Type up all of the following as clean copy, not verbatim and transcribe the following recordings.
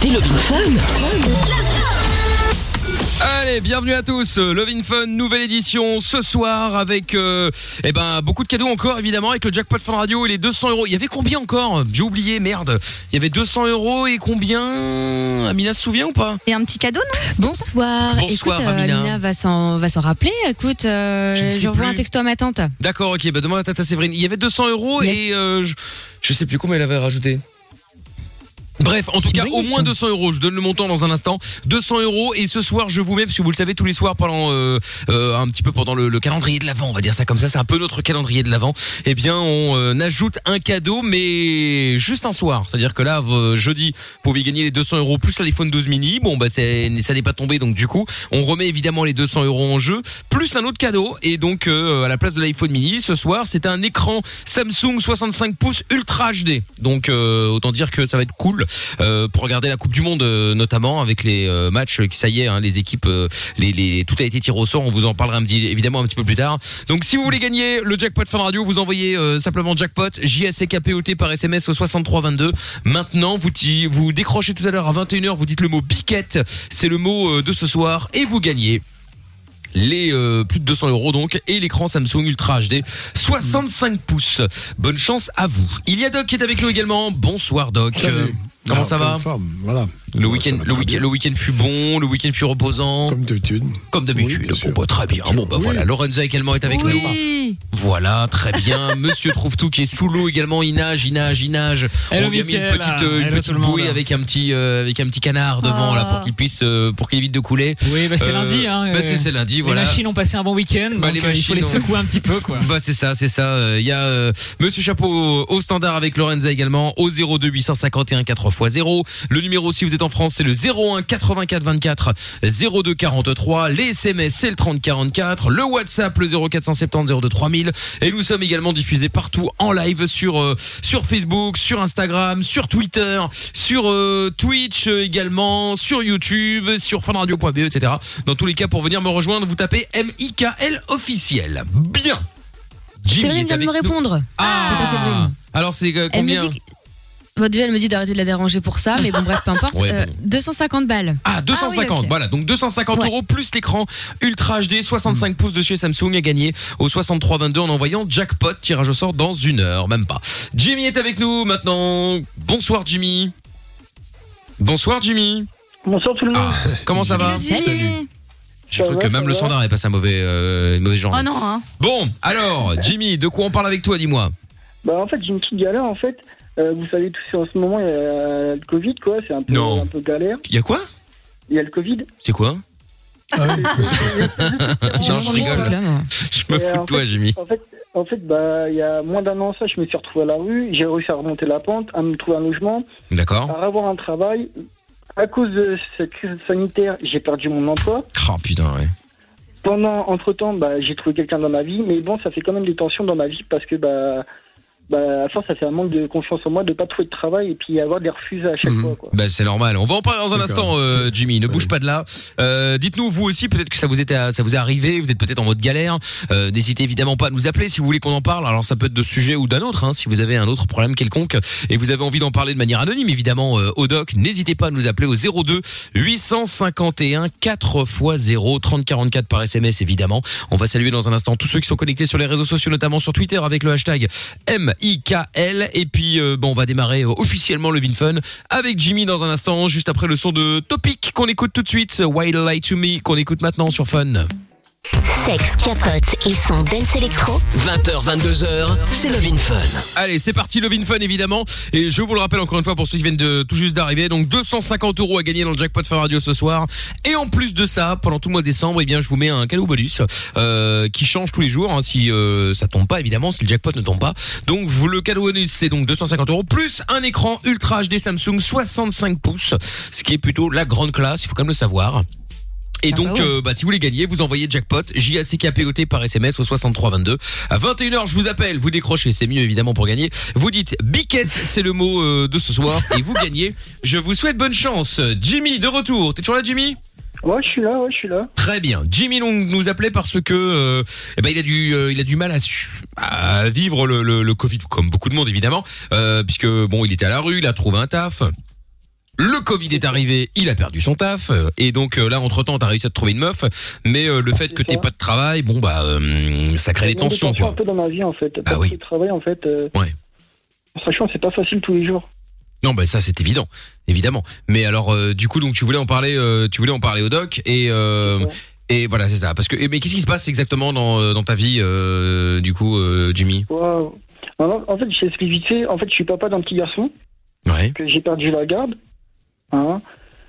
C'est Love in Fun. Allez, bienvenue à tous. Love in Fun, nouvelle édition ce soir avec beaucoup de cadeaux encore évidemment avec le jackpot Fun Radio et les 200 €. Il y avait combien encore? J'ai oublié, merde. Il y avait 200 € et combien? Amina se souvient ou pas? Et un petit cadeau, non? Bonsoir, Écoute, Amina. Amina va s'en rappeler. Écoute, je revois un texto à ma tante. D'accord, ok, demande à Tata Séverine. Il y avait 200 € et je sais plus combien elle avait rajouté. Bref, en tout cas, au moins 200 €. Je donne le montant dans un instant. 200 € et ce soir, je vous mets, parce que vous le savez, tous les soirs pendant un petit peu pendant le calendrier de l'Avent, on va dire ça comme ça. C'est un peu notre calendrier de l'Avent. Eh bien, on ajoute un cadeau, mais juste un soir. C'est-à-dire que là, jeudi, vous pouvez gagner les 200 € plus l'iPhone 12 mini. Bon, ça n'est pas tombé, donc du coup, on remet évidemment les 200 € en jeu, plus un autre cadeau. Et donc, à la place de l'iPhone mini, ce soir, c'est un écran Samsung 65 pouces Ultra HD. Donc, autant dire que ça va être cool. Pour regarder la Coupe du Monde notamment avec les matchs qui ça y est les équipes tout a été tiré au sort, on vous en parlera évidemment un petit peu plus tard. Donc si vous voulez gagner le jackpot Fun Radio, vous envoyez simplement jackpot JACKPOT par SMS au 6322. Maintenant vous décrochez tout à l'heure à 21h, vous dites le mot biquette, c'est le mot de ce soir et vous gagnez les plus de 200 € donc et l'écran Samsung Ultra HD 65 pouces. Bonne chance à vous. Il y a Doc qui est avec nous également. Bonsoir Doc. Comment ça va? Voilà. Le week-end fut bon, le week-end fut reposant. Comme d'habitude. Oui, bon, très bien. Bon, voilà. Lorenza également est avec nous. Voilà, très bien. Monsieur Trouve-Tout qui est sous l'eau également. Il nage. On lui a mis une petite bouée avec un petit canard devant là pour qu'il évite de couler. Oui, c'est lundi. C'est lundi. Voilà. Les machines ont passé un bon week-end. Donc il faut les secouer un petit peu, quoi. C'est ça. Il y a Monsieur Chapeau au standard avec Lorenza également au 02 851 4x0. Le numéro si vous êtes en France, c'est le 01 84 24 02 43. Les SMS, c'est le 30 44. Le WhatsApp, le 0470 02 3000. Et nous sommes également diffusés partout en live sur Facebook, sur Instagram, sur Twitter, sur Twitch également, sur YouTube, sur funradio.be, etc. Dans tous les cas, pour venir me rejoindre, vous tapez MIKL officiel. Bien. Séverine vient de me répondre. Alors c'est combien? Déjà, elle me dit d'arrêter de la déranger pour ça, mais bon, bref, peu importe. 250 balles. 250, voilà. Donc 250 € plus l'écran Ultra HD 65 pouces de chez Samsung à gagner au 6322 en envoyant jackpot, tirage au sort dans 1 heure, même pas. Jimmy est avec nous maintenant. Bonsoir Jimmy. Bonsoir Jimmy. Bonsoir tout le monde. Comment ça va? Salut. J'ai cru que même le standard avait passé une mauvaise journée. Oh non, hein. Bon, alors, Jimmy, de quoi on parle avec toi, dis-moi? En fait, j'ai une petite galère, en fait. Vous savez tous, en ce moment, il y a le Covid, quoi. C'est un peu galère. Il y a quoi? Il y a le Covid. C'est quoi? Non, je rigole. Je me fous de toi, Jimmy. En fait, il y a moins d'1 an, je me suis retrouvé à la rue. J'ai réussi à remonter la pente, à me trouver un logement. D'accord. À avoir un travail. À cause de cette crise sanitaire, j'ai perdu mon emploi. Oh putain, ouais. Entre-temps, j'ai trouvé quelqu'un dans ma vie. Mais bon, ça fait quand même des tensions dans ma vie parce que, à force, ça fait un manque de confiance en moi de pas trouver de travail et puis avoir des refus à chaque fois, quoi. C'est normal. On va en parler dans un instant, Jimmy. Ne bouge pas de là. Dites-nous, vous aussi, peut-être que ça vous est arrivé. Vous êtes peut-être en mode galère. N'hésitez évidemment pas à nous appeler si vous voulez qu'on en parle. Alors, ça peut être de ce sujet ou d'un autre, si vous avez un autre problème quelconque et vous avez envie d'en parler de manière anonyme, évidemment, au doc. N'hésitez pas à nous appeler au 02 851 4x0 30 44 par SMS, évidemment. On va saluer dans un instant tous ceux qui sont connectés sur les réseaux sociaux, notamment sur Twitter avec le hashtag MIKL. Et puis on va démarrer officiellement le VinFun avec Jimmy dans un instant, juste après le son de Topic qu'on écoute tout de suite, Why Lie to Me, qu'on écoute maintenant sur Fun. Sexe, capote et son dance électro. 20h, 22h, c'est Love in Fun. Allez, c'est parti, Love in Fun évidemment. Et je vous le rappelle encore une fois pour ceux qui viennent tout juste d'arriver. Donc 250 € à gagner dans le jackpot Fun Radio ce soir. Et en plus de ça, pendant tout le mois de décembre, je vous mets un cadeau bonus qui change tous les jours. Si ça tombe pas, évidemment, si le jackpot ne tombe pas. Donc le cadeau bonus, c'est donc 250 € plus un écran Ultra HD Samsung 65 pouces, ce qui est plutôt la grande classe. Il faut quand même le savoir. Et donc, si vous voulez gagner, vous envoyez jackpot, JACKPOT par SMS au 6322. À 21h, je vous appelle, vous décrochez, c'est mieux évidemment pour gagner. Vous dites biquette, c'est le mot de ce soir, et vous gagnez. Je vous souhaite bonne chance. Jimmy, de retour. T'es toujours là, Jimmy? Ouais, je suis là. Très bien. Jimmy nous appelait parce que il a du mal à vivre le Covid, comme beaucoup de monde évidemment, puisque il était à la rue, il a trouvé un taf. Le Covid est arrivé, il a perdu son taf, et donc là, entre-temps, t'as réussi à te trouver une meuf, mais le fait que t'aies pas de travail, bon bah, ça crée des tensions, quoi. Un peu dans ma vie, en fait. Ah oui. Le travail, en fait. Ouais. Franchement, c'est pas facile tous les jours. Non, bah ça c'est évident, évidemment. Mais alors, du coup, donc tu voulais en parler au doc, et voilà, c'est ça. Parce que, mais qu'est-ce qui se passe exactement dans ta vie, du coup, Jimmy? Wow. En fait, je t'explique vite fait. En fait, je suis papa d'un petit garçon. Ouais. Que j'ai perdu la garde. Hein.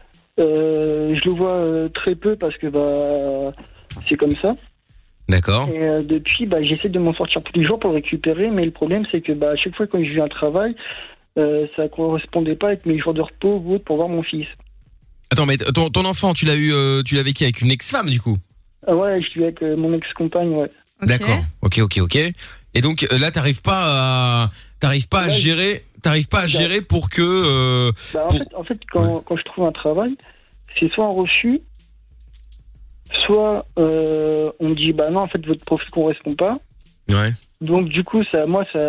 Je le vois très peu parce que c'est comme ça. D'accord. Et depuis, j'essaie de m'en sortir tous les jours pour le récupérer, mais le problème c'est que à chaque fois quand je viens à travail, ça correspondait pas avec mes jours de repos ou autre pour voir mon fils. Attends, mais ton enfant, tu l'as vécu avec une ex-femme du coup? Ouais, je suis avec mon ex-compagne, ouais. Okay. D'accord. Ok. Et donc là, t'arrives pas à gérer pour que. En fait, quand je trouve un travail, c'est soit un refus, soit on me dit non, en fait votre profil correspond pas. Ouais. Donc du coup, ça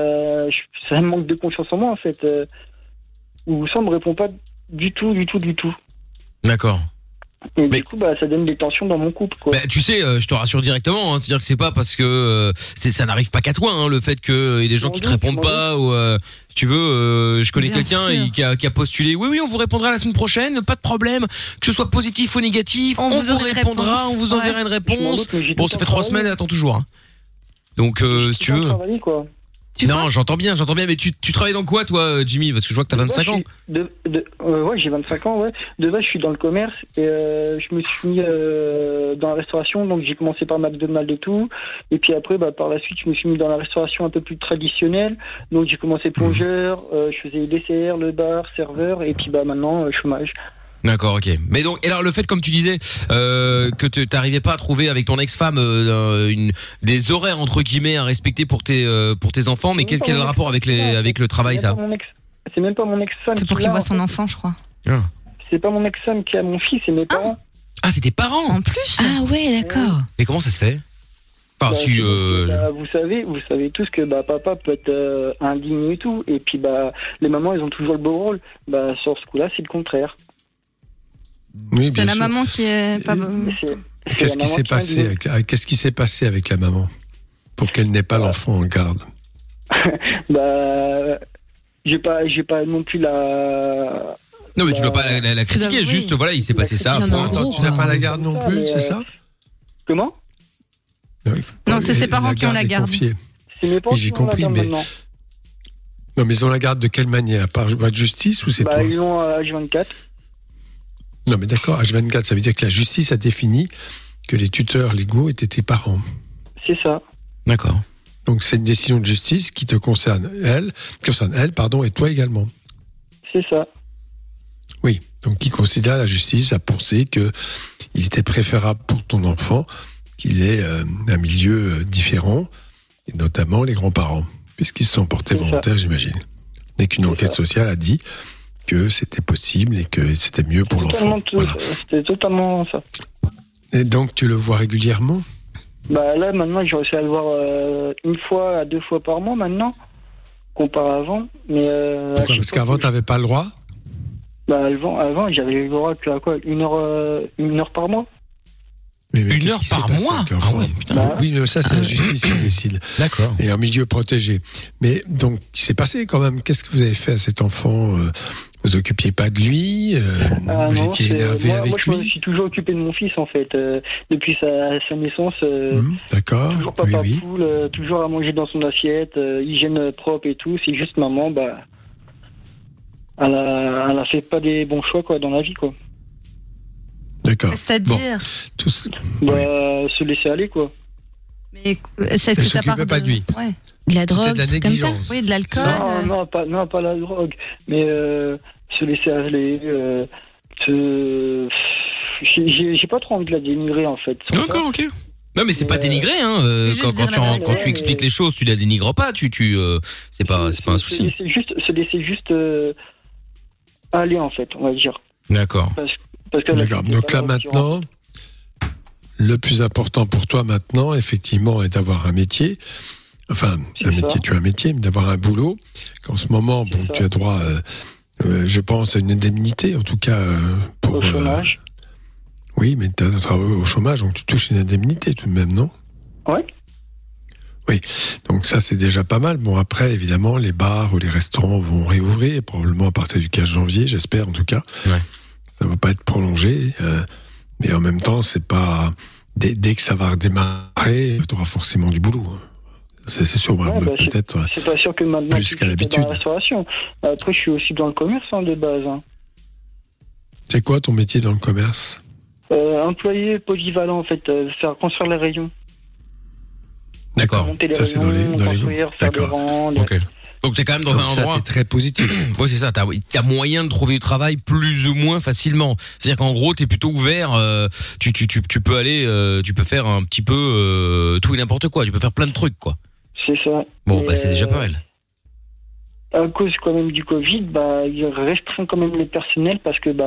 me manque de confiance en moi en fait. Ou ça me répond pas du tout. D'accord. Et du coup, ça donne des tensions dans mon couple, quoi. Tu sais, je te rassure directement, hein, c'est-à-dire que c'est pas parce que ça n'arrive pas qu'à toi, hein, le fait que y ait des gens qui te répondent pas ou si tu veux, je connais quelqu'un qui a postulé. Oui, on vous répondra la semaine prochaine, pas de problème, que ce soit positif ou négatif, on vous répondra, on vous enverra une réponse. Bon, ça fait 3 semaines, elle attend toujours. Hein. Donc, si tu veux. Quoi. Non, j'entends bien, mais tu travailles dans quoi, toi, Jimmy? Parce que je vois que t'as 25 ans. Ouais, j'ai 25 ans, ouais. De base, je suis dans le commerce et je me suis mis dans la restauration, donc j'ai commencé par McDonald's et tout. Et puis après, par la suite, je me suis mis dans la restauration un peu plus traditionnelle. Donc j'ai commencé plongeur, je faisais les desserts, le bar, serveur, et puis maintenant, chômage. D'accord, ok. Mais donc, alors le fait, comme tu disais, que t'arrivais pas à trouver avec ton ex-femme des horaires entre guillemets à respecter pour tes enfants, mais quel est le rapport avec le travail, ça? C'est même pas mon ex-femme. C'est pour qu'il voit son enfant, je crois. Ah. C'est pas mon ex-femme qui a mon fils, c'est mes parents. Ah, c'est tes parents en plus. Ah ouais, d'accord. Et comment ça se fait? Enfin, vous savez tous que papa peut être indigne et tout, et puis les mamans, elles ont toujours le beau rôle. Sur ce coup-là, c'est le contraire. Oui, bien sûr. C'est la maman qui est pas bonne. Qu'est-ce qui s'est passé avec la maman pour qu'elle n'ait pas l'enfant en garde? J'ai pas non plus la. Non, mais tu dois pas la critiquer, juste voilà, il s'est passé ça. Attends, tu n'as pas la garde non plus, c'est ça? Comment? Oui. Non, c'est ses parents qui ont la garde. C'est mes parents qui ont la garde maintenant. Non, mais ils ont la garde de quelle manière? Par voie de justice ou c'est toi? Ils ont H24. Non, mais d'accord, H24, ça veut dire que la justice a défini que les tuteurs légaux étaient tes parents. C'est ça. D'accord. Donc c'est une décision de justice qui te concerne elle, et toi également. C'est ça. Oui, donc qui considère, la justice a pensé que il était préférable pour ton enfant qu'il ait un milieu différent, et notamment les grands-parents, puisqu'ils se sont portés volontaires, j'imagine. Et qu'une enquête sociale a dit que c'était possible et que c'était mieux pour l'enfant. Voilà. C'était totalement ça. Et donc tu le vois régulièrement? Là maintenant j'ai réussi à le voir 1 fois à 2 fois par mois maintenant, comparé à avant. Mais pourquoi? Parce qu'avant t'avais pas le droit? Avant j'avais le droit à quoi, 1 heure par mois. Mais 1 heure par mois? Ah ouais, putain. Oui, mais ça c'est la justice qui décide. D'accord. Et en milieu protégé. Mais donc, il s'est passé quand même. Qu'est-ce que vous avez fait à cet enfant? Vous occupiez pas de lui? Vous étiez énervé avec lui? Moi, je me suis toujours occupé de mon fils en fait, depuis sa naissance. D'accord. Toujours papa poule, toujours à manger dans son assiette, hygiène propre et tout. C'est juste maman, elle a fait pas des bons choix quoi dans la vie quoi. D'accord. C'est-à-dire se laisser aller quoi. Mais c'est ce que ça part pas de lui. Ouais. De la drogue, de la comme ça. négligence. Oui, de l'alcool. Non, pas la drogue, mais se laisser aller. J'ai pas trop envie de la dénigrer en fait. D'accord, ok. Non mais c'est pas dénigré hein. Quand tu expliques les choses, tu la dénigres pas. C'est pas un souci. Se laisser juste aller en fait, on va dire. D'accord. Parce que d'accord. Donc là maintenant, le plus important pour toi maintenant, effectivement, est d'avoir un métier. Enfin, tu as un métier, mais d'avoir un boulot. Qu'en ce moment, tu as droit Je pense à une indemnité, en tout cas, pour... Au chômage. Oui, mais tu as travaillé au chômage, donc tu touches une indemnité tout de même, non ? Ouais. Oui, donc ça c'est déjà pas mal. Bon, après, évidemment, les bars ou les restaurants vont réouvrir, probablement à partir du 15 janvier, j'espère en tout cas. Ouais. Ça va pas être prolongé, mais en même temps, c'est pas... Dès que ça va redémarrer, tu auras forcément du boulot. C'est sûr, peut-être c'est pas sûr que maintenant plus qu'à l'habitude. Dans la restauration. Après, je suis aussi dans le commerce de base. C'est quoi ton métier dans le commerce ? Employé polyvalent, en fait, faire construire les rayons. D'accord. Ça, c'est dans les D'accord. Ok. Donc t'es quand même dans un endroit. Ça, c'est très positif. Ouais, c'est ça. T'as moyen de trouver du travail plus ou moins facilement. C'est-à-dire qu'en gros, t'es plutôt ouvert. Tu peux aller, tu peux faire un petit peu tout et n'importe quoi. Tu peux faire plein de trucs, quoi. C'est ça. Bon, c'est déjà pas mal. À cause quand même du Covid, ils restreignent quand même les personnels parce que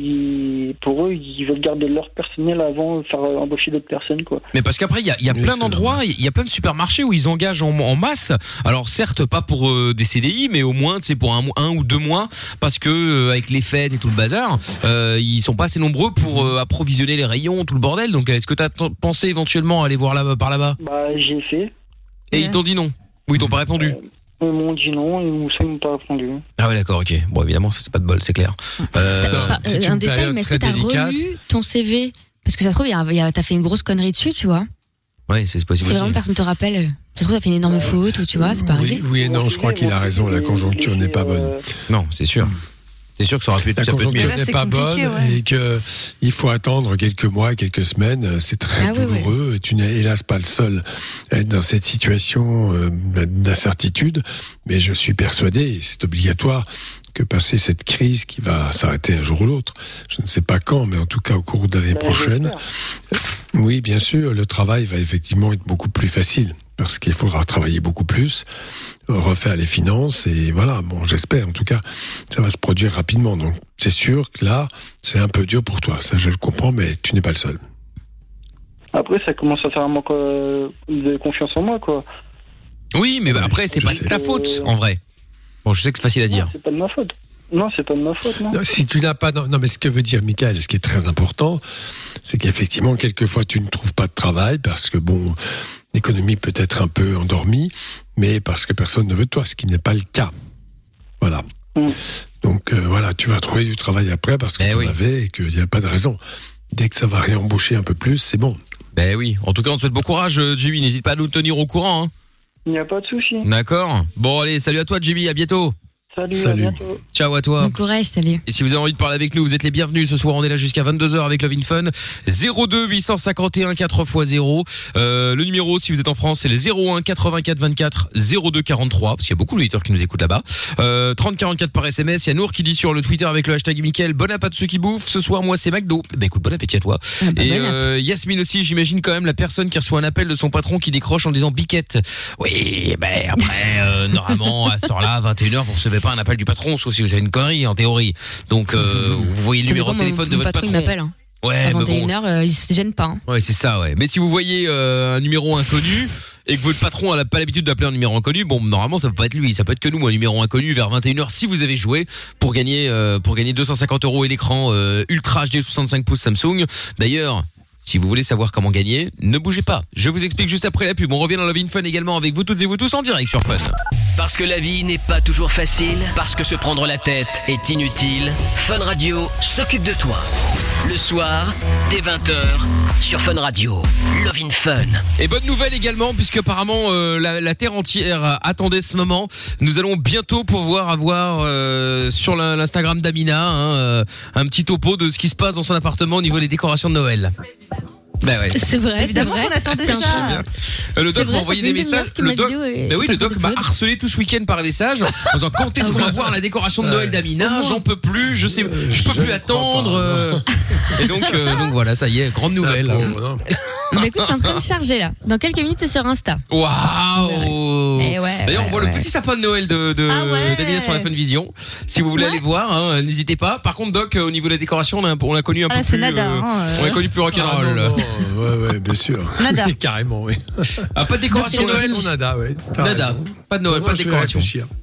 pour eux, ils veulent garder leur personnel avant de faire embaucher d'autres personnes, quoi. Mais parce qu'après, il y a plein d'endroits, il y a plein de supermarchés où ils engagent en masse. Alors certes, pas pour des CDI, mais au moins, c'est pour un ou 2 mois, parce que avec les fêtes et tout le bazar, ils sont pas assez nombreux pour approvisionner les rayons, tout le bordel. Donc, est-ce que t'as pensé éventuellement à aller voir par là-bas ? J'ai fait. Et ils t'ont dit non ? Ou ils t'ont pas répondu ? Ils m'ont dit non, ils m'ont pas répondu. Ah ouais, d'accord, ok. Bon, évidemment, ça c'est pas de bol, c'est clair. Un détail, mais est-ce que t'as relu ton CV ? Parce que ça se trouve, t'as fait une grosse connerie dessus, tu vois. Ouais, c'est possible. Si vraiment personne te rappelle, ça se trouve, t'as fait une énorme faute, ou tu vois, c'est pas arrivé. Oui et non, je crois qu'il a raison, la conjoncture n'est pas bonne. Non, c'est sûr. C'est sûr que ça aurait pu être la conjoncture n'est pas bonne, ouais. Et que il faut attendre quelques mois, quelques semaines. C'est très douloureux. Et tu n'es hélas pas le seul à être dans cette situation d'incertitude. Mais je suis persuadé, et c'est obligatoire, que passer cette crise qui va s'arrêter un jour ou l'autre, je ne sais pas quand, mais en tout cas au cours de l'année prochaine, oui, bien sûr, le travail va effectivement être beaucoup plus facile. Parce qu'il faudra travailler beaucoup plus, refaire les finances, et voilà, bon, j'espère, en tout cas, ça va se produire rapidement. Donc, c'est sûr que là, c'est un peu dur pour toi, ça je le comprends, mais tu n'es pas le seul. Après, ça commence à faire un manque de confiance en moi, quoi. Oui, mais après, c'est pas de ta faute, en vrai. Bon, je sais que c'est facile à dire. Non, c'est pas de ma faute. Non, c'est pas de ma faute, non. Non, si tu n'as pas... Non, mais ce que veut dire Michael, ce qui est très important, c'est qu'effectivement, quelquefois, tu ne trouves pas de travail, parce que, bon... L'économie peut être un peu endormie, mais parce que personne ne veut de toi, ce qui n'est pas le cas. Voilà. Donc voilà, tu vas trouver du travail après parce que tu en avais et qu'il n'y a pas de raison. Dès que ça va réembaucher un peu plus, c'est bon. Ben oui. En tout cas, on te souhaite bon courage, Jimmy. N'hésite pas à nous tenir au courant. Hein. Il n'y a pas de souci. D'accord. Bon, allez, salut à toi, Jimmy. À bientôt. Salut. À bientôt. Ciao à toi. Bon courage, salut. Et si vous avez envie de parler avec nous, vous êtes les bienvenus. Ce soir, on est là jusqu'à 22h avec Love in Fun. 02 851 4x0. Le numéro, si vous êtes en France, c'est le 01 84 24 02 43. Parce qu'il y a beaucoup de auditeurs qui nous écoutent là-bas. 30 44 par SMS. Il y a Nour qui dit sur le Twitter avec le hashtag Mickaël, bon appétit à ceux qui bouffent. Ce soir, moi, c'est McDo. Bah écoute, bon appétit à toi. Et Yasmine aussi, j'imagine quand même la personne qui reçoit un appel de son patron qui décroche en disant biquette. Oui, ben après, normalement, à cette heure-là, 21h, vous recevez pas un appel du patron, sauf si vous avez une connerie en théorie. Donc vous voyez le numéro de téléphone de votre patron. Il m'appelle. Hein. Ouais, à 21h, il se gêne pas. Hein. Ouais, c'est ça, ouais. Mais si vous voyez un numéro inconnu et que votre patron n'a pas l'habitude d'appeler un numéro inconnu, bon, normalement, ça peut pas être lui, ça peut être que nous, un numéro inconnu vers 21h si vous avez joué pour gagner 250 € et l'écran Ultra HD 65 pouces Samsung. D'ailleurs, si vous voulez savoir comment gagner, ne bougez pas. Je vous explique juste après la pub. On revient dans Love in Fun également avec vous toutes et vous tous en direct sur Fun. Parce que la vie n'est pas toujours facile, parce que se prendre la tête est inutile, Fun Radio s'occupe de toi. Le soir, dès 20h, sur Fun Radio. Love in Fun. Et bonne nouvelle également, puisque apparemment la terre entière attendait ce moment. Nous allons bientôt pouvoir avoir sur l'Instagram d'Amina un petit topo de ce qui se passe dans son appartement au niveau des décorations de Noël. Ben ouais. C'est vrai, évidemment qu'on attendait ça. Le doc m'a envoyé des messages. Le doc m'a harcelé tout ce week-end par message en disant quand est-ce qu'on va voir la décoration de Noël d'Amina, j'en peux plus, je peux plus attendre. Et donc voilà, ça y est, grande nouvelle. Mais écoute, c'est en train de charger là. Dans quelques minutes, c'est sur Insta. Waouh. D'ailleurs, on voit le petit sapin de Noël d'Amina sur la Fun Vision. Si vous voulez aller voir, n'hésitez pas. Par contre, Doc, au niveau de la décoration, on l'a connu un peu plus. Nada, on l'a connu plus rock'n'roll. Ouais, bien sûr. Nada. Carrément, oui. Ah, pas de décoration de Noël. Nada, ouais. Nada. Pas de Noël, pas de décoration.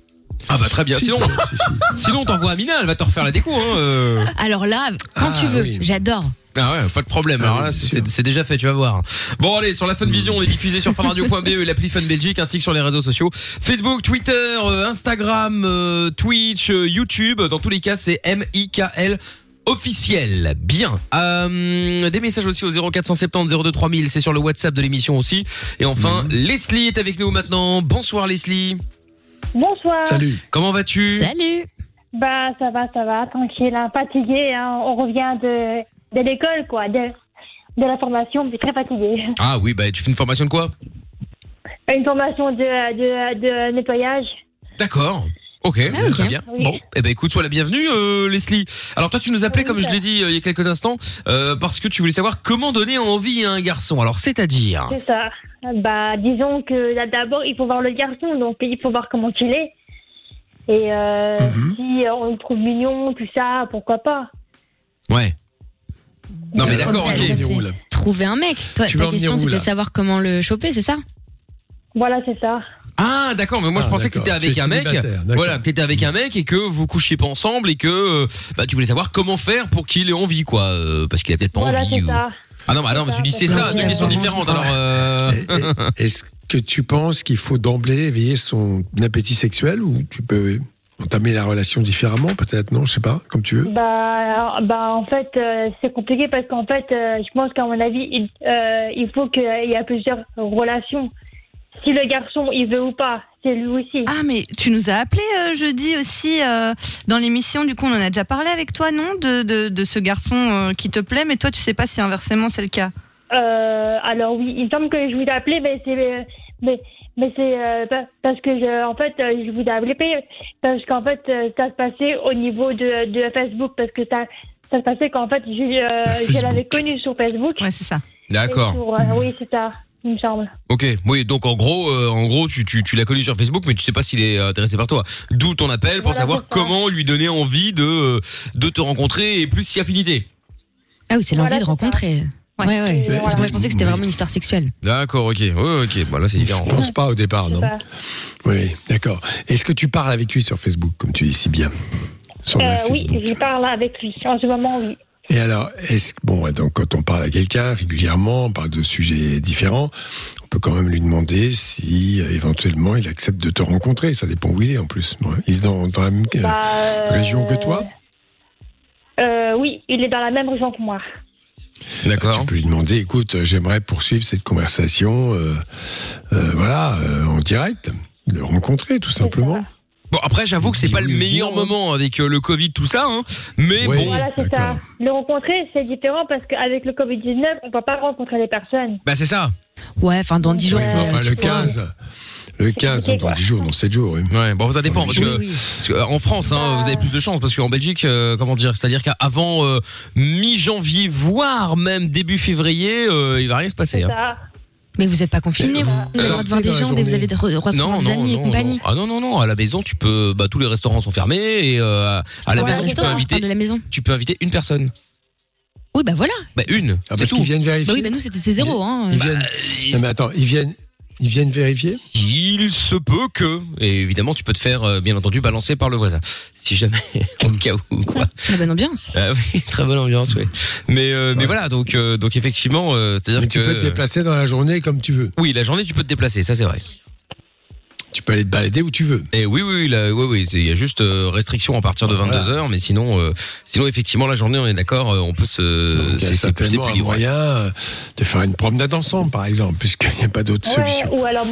Ah bah très bien. Sinon t'envoies Amina, elle va te refaire la déco. Alors là, quand tu veux, j'adore. Ah ouais, pas de problème. Alors là, c'est déjà fait, tu vas voir. Bon allez, sur la Funvision, on est diffusé sur funradio.be et l'appli Fun Belgique, ainsi que sur les réseaux sociaux Facebook, Twitter, Instagram, Twitch, YouTube. Dans tous les cas, c'est MIKL officiel. Bien. Des messages aussi au 0470 02 3000, c'est sur le WhatsApp de l'émission aussi. Et enfin, Leslie est avec nous maintenant. Bonsoir Leslie. Bonsoir. Salut. Comment vas-tu? Salut. Bah ça va, tranquille, fatigué, on revient de l'école quoi, de la formation, mais très fatigué. Ah oui, bah tu fais une formation de quoi? Une formation de nettoyage. D'accord. Ok, très bien. Oui. Bon, eh ben écoute, sois la bienvenue Leslie. Alors toi tu nous appelais comme je l'ai dit il y a quelques instants parce que tu voulais savoir comment donner envie à un garçon. Alors c'est-à-dire? C'est ça. Bah disons que là, d'abord il faut voir le garçon, donc il faut voir comment il est. Et si on le trouve mignon, tout ça, pourquoi pas? Ouais. Non mais d'accord, ok. Trouver un mec. Toi, ta question c'était de savoir comment le choper, c'est ça? Voilà, c'est ça. Ah d'accord, mais moi je pensais que t'étais avec un mec. Voilà, que t'étais avec un mec et que vous couchiez pas ensemble et que tu voulais savoir comment faire pour qu'il ait envie quoi, parce qu'il a peut-être pas envie. C'est ça. Ah non, mais tu dis c'est ça, deux questions différentes. Alors. Est-ce que tu penses qu'il faut d'emblée éveiller son appétit sexuel ou tu peux entamer la relation différemment, peut-être, non, je sais pas, comme tu veux. Bah en fait, c'est compliqué parce qu'en fait, je pense qu'à mon avis, il faut qu'il y ait plusieurs relations. Si le garçon, il veut ou pas, c'est lui aussi. Ah, mais tu nous as appelé jeudi aussi dans l'émission, du coup, on en a déjà parlé avec toi, non, de ce garçon qui te plaît, mais toi, tu sais pas si inversement c'est le cas. Alors oui, il me semble que je vous ai appelé, mais c'est parce que en fait je vous ai appelé parce qu'en fait ça se passait au niveau de Facebook, parce que ça se passait qu'en fait je l'avais connu sur Facebook. Ouais, c'est ça. D'accord. Oui, c'est ça, il me semble. Ok, oui, donc en gros tu l'as connu sur Facebook, mais tu sais pas s'il est intéressé par toi. D'où ton appel pour savoir comment lui donner envie de te rencontrer et plus si affinité. Ah oui, c'est l'envie de rencontrer. Ouais. Parce que moi je pensais que c'était vraiment une histoire sexuelle. D'accord, ok. Bon là c'est différent. Je pense pas au départ, non. Oui, d'accord. Est-ce que tu parles avec lui sur Facebook, comme tu dis si bien? Oui, je parle avec lui. En ce moment, oui. Et alors, donc quand on parle à quelqu'un régulièrement, on parle de sujets différents, on peut quand même lui demander si éventuellement il accepte de te rencontrer. Ça dépend où il est en plus. Il est dans la même région que toi? Oui, il est dans la même région que moi. D'accord. Tu peux lui demander, écoute, j'aimerais poursuivre cette conversation, en direct, le rencontrer tout simplement. Bon, après, j'avoue que c'est pas le meilleur moment avec le Covid, tout ça, hein. Mais bon. Voilà, c'est ça. Le rencontrer, c'est différent parce qu'avec le Covid-19, on peut pas rencontrer les personnes. Bah, c'est ça. Ouais, enfin, dans 10 jours, le 15. Le 15, dans 10 jours, dans 7 jours, oui. Ouais, bon, ça dépend, parce que en France, hein, vous avez plus de chance, parce qu'en Belgique, c'est-à-dire qu'avant mi-janvier, voire même début février, il va rien se passer. Hein. Mais vous êtes pas confinés, vous avez le droit de voir des gens, vous avez recevoir des amis et compagnie. Ah non, à la maison, tu peux, tous les restaurants sont fermés, et à la maison, tu peux inviter une personne. Oui, bah voilà. Bah une. Parce qu'ils viennent vérifier. Bah oui, bah nous, c'est zéro, hein. Non, mais attends, ils viennent vérifier? Il se peut que, et évidemment, tu peux te faire, bien entendu, balancer par le voisin. Si jamais, au cas où, quoi. Très bonne ambiance. Ah oui, très bonne ambiance, oui. Mais voilà, donc effectivement, c'est-à-dire que. Tu peux te déplacer dans la journée comme tu veux. Oui, la journée, tu peux te déplacer, ça c'est vrai. Tu peux aller te balader où tu veux. Et oui, il y a juste restriction à partir de 22h, mais sinon effectivement la journée, on est d'accord, on peut il y a certainement un moyen de faire une promenade ensemble, par exemple, puisqu'il n'y a pas d'autre solution. Ou alors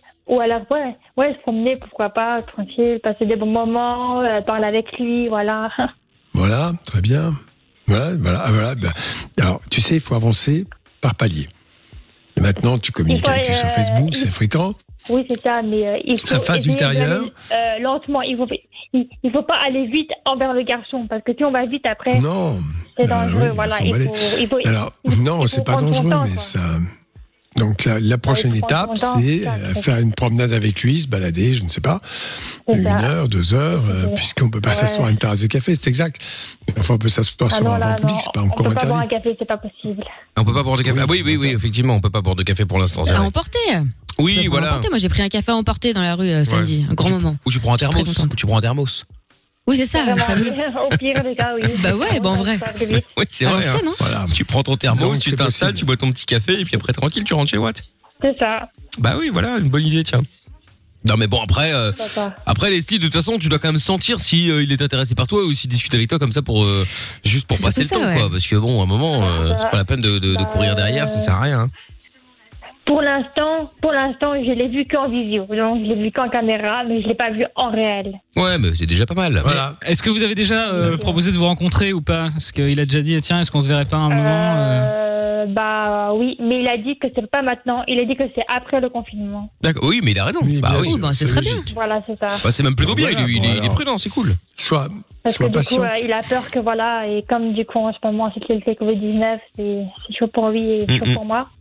se promener, pourquoi pas, tranquille, passer des bons moments, parler avec lui, voilà. Voilà, très bien. Voilà. Alors, tu sais, il faut avancer par palier. Et maintenant, tu communiques avec lui sur Facebook, c'est fréquent. Oui, c'est ça, mais il faut la phase ultérieure. Lentement, il faut pas aller vite envers le garçon, parce que si on va vite après, c'est dangereux. Voilà, alors non, c'est pas dangereux, mais ça. Donc la prochaine étape, c'est faire une promenade avec lui, se balader, je ne sais pas, 1 heure, 2 heures, puisqu'on peut pas s'asseoir à une terrasse de café, c'est exact. Enfin, on peut s'asseoir sur un banc public, c'est pas encore interdit. On peut pas boire un café, c'est pas possible. On peut pas boire de café. Ah oui, effectivement, on peut pas boire de café pour l'instant. À emporter. Oui, voilà. Moi, j'ai pris un café à emporter dans la rue samedi, un grand moment. Ou tu prends un thermos. Oui, c'est ça. Au pire des cas, oui. Bah ouais, en vrai. Oui, c'est vrai. Voilà. Tu prends ton thermos, tu t'installes, tu bois ton petit café et puis après tranquille, tu rentres chez Watt. C'est ça. Bah oui, voilà, une bonne idée, tiens. Non mais bon après Leslie, de toute façon tu dois quand même sentir si il est intéressé par toi ou s'il discute avec toi comme ça pour juste pour passer le temps quoi, parce que bon à un moment c'est pas la peine de courir derrière, ça sert à rien. Pour l'instant, je l'ai vu qu'en visio, donc je l'ai vu qu'en caméra, mais je l'ai pas vu en réel. Ouais, mais c'est déjà pas mal. Voilà. Est-ce que vous avez déjà proposé de vous rencontrer ou pas? Parce qu'il a déjà dit tiens, est-ce qu'on se verrait pas un moment Bah oui, mais il a dit que c'est pas maintenant. Il a dit que c'est après le confinement. D'accord. Oui, mais il a raison. Oui, c'est très bien. Voilà, c'est ça. Bah, c'est même plutôt bien. Il est prudent, c'est cool. Parce que du coup, il a peur que voilà, et comme du coup en ce moment c'est le Covid-19, c'est chaud pour lui et chaud pour moi.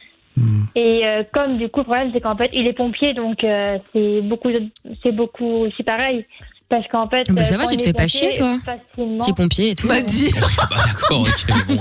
Et comme du coup le problème c'est qu'en fait il est pompier, donc c'est beaucoup aussi pareil. Parce qu'en fait, ça va, tu te fais pas chier, toi. Petit pompier et tout. Bah, dis. Bah, d'accord, ok, bon,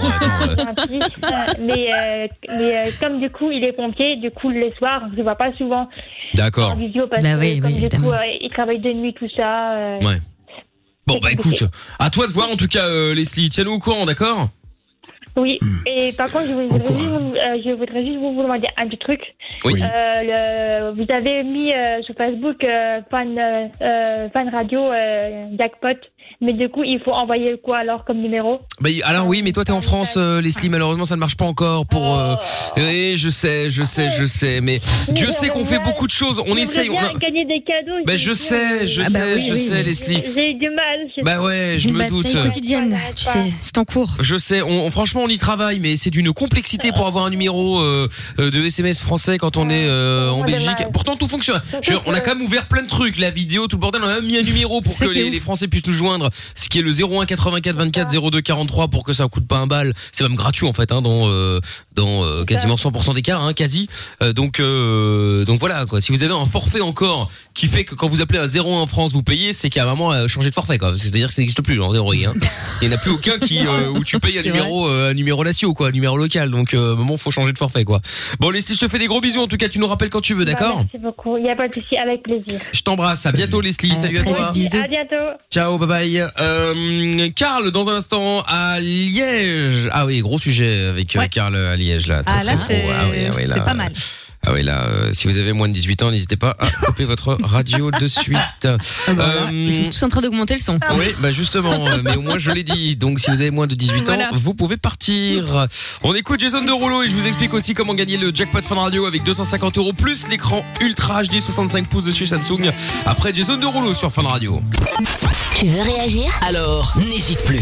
mais comme du coup, il est pompier, du coup, les soirs, je le vois pas souvent. D'accord. En vidéo, parce que, comme du coup, il travaille de nuit, tout ça. Ouais. Bon, bah, écoute, à toi de voir, en tout cas, Leslie. Tiens-nous au courant, d'accord? Oui, et par contre, je voudrais juste vous demander un petit truc. Oui. Vous avez mis sur Facebook Fun Radio Jackpot, mais du coup, il faut envoyer quoi alors comme numéro? Bah, alors oui, mais toi t'es en France, Leslie, malheureusement ça ne marche pas encore pour. Oui, je sais, mais Dieu sait qu'on fait beaucoup de choses. On essaye. On a gagné des cadeaux. Bah je sais, Leslie. J'ai eu du mal. Bah ouais, je me doute. C'est une bataille quotidienne, tu sais, c'est en cours. Je sais, franchement on y travaille, mais c'est d'une complexité pour avoir un numéro de SMS français quand on est en Belgique. Pourtant tout fonctionne. On a quand même ouvert plein de trucs, la vidéo, tout le bordel. On a même mis un numéro pour que les Français puissent nous joindre, ce qui est le 01 84 24 02 43 pour que ça coûte pas un bal. C'est même gratuit en fait, hein, dans quasiment 100% des cas, hein, quasi. Donc voilà quoi. Si vous avez un forfait encore qui fait que quand vous appelez à 01 en France vous payez, c'est qu'à un moment changé de forfait quoi. C'est-à-dire que ça n'existe plus, genre 0. Hein. Il n'y en a plus aucun qui où tu payes un numéro natio quoi, un numéro local. Donc moment faut changer de forfait quoi. Bon Leslie, je te fais des gros bisous en tout cas, tu nous rappelles quand tu veux, d'accord? Merci beaucoup, il n'y a pas de souci, avec plaisir. Je t'embrasse, à bientôt Leslie, salut à toi. Bisous. À bientôt. Ciao, bye bye. Karl dans un instant à Liège. Ah oui, gros sujet avec Karl à Liège là. Là c'est pas mal. Ah oui, là, si vous avez moins de 18 ans, n'hésitez pas à couper votre radio de suite. Ils sont tous en train d'augmenter le son. Oui, bah justement, mais au moins je l'ai dit. Donc si vous avez moins de 18 ans, vous pouvez partir. On écoute Jason Derulo et je vous explique aussi comment gagner le jackpot Fun Radio avec 250 € plus l'écran Ultra HD 65 pouces de chez Samsung. Après Jason Derulo sur Fun Radio. Tu veux réagir? Alors, n'hésite plus.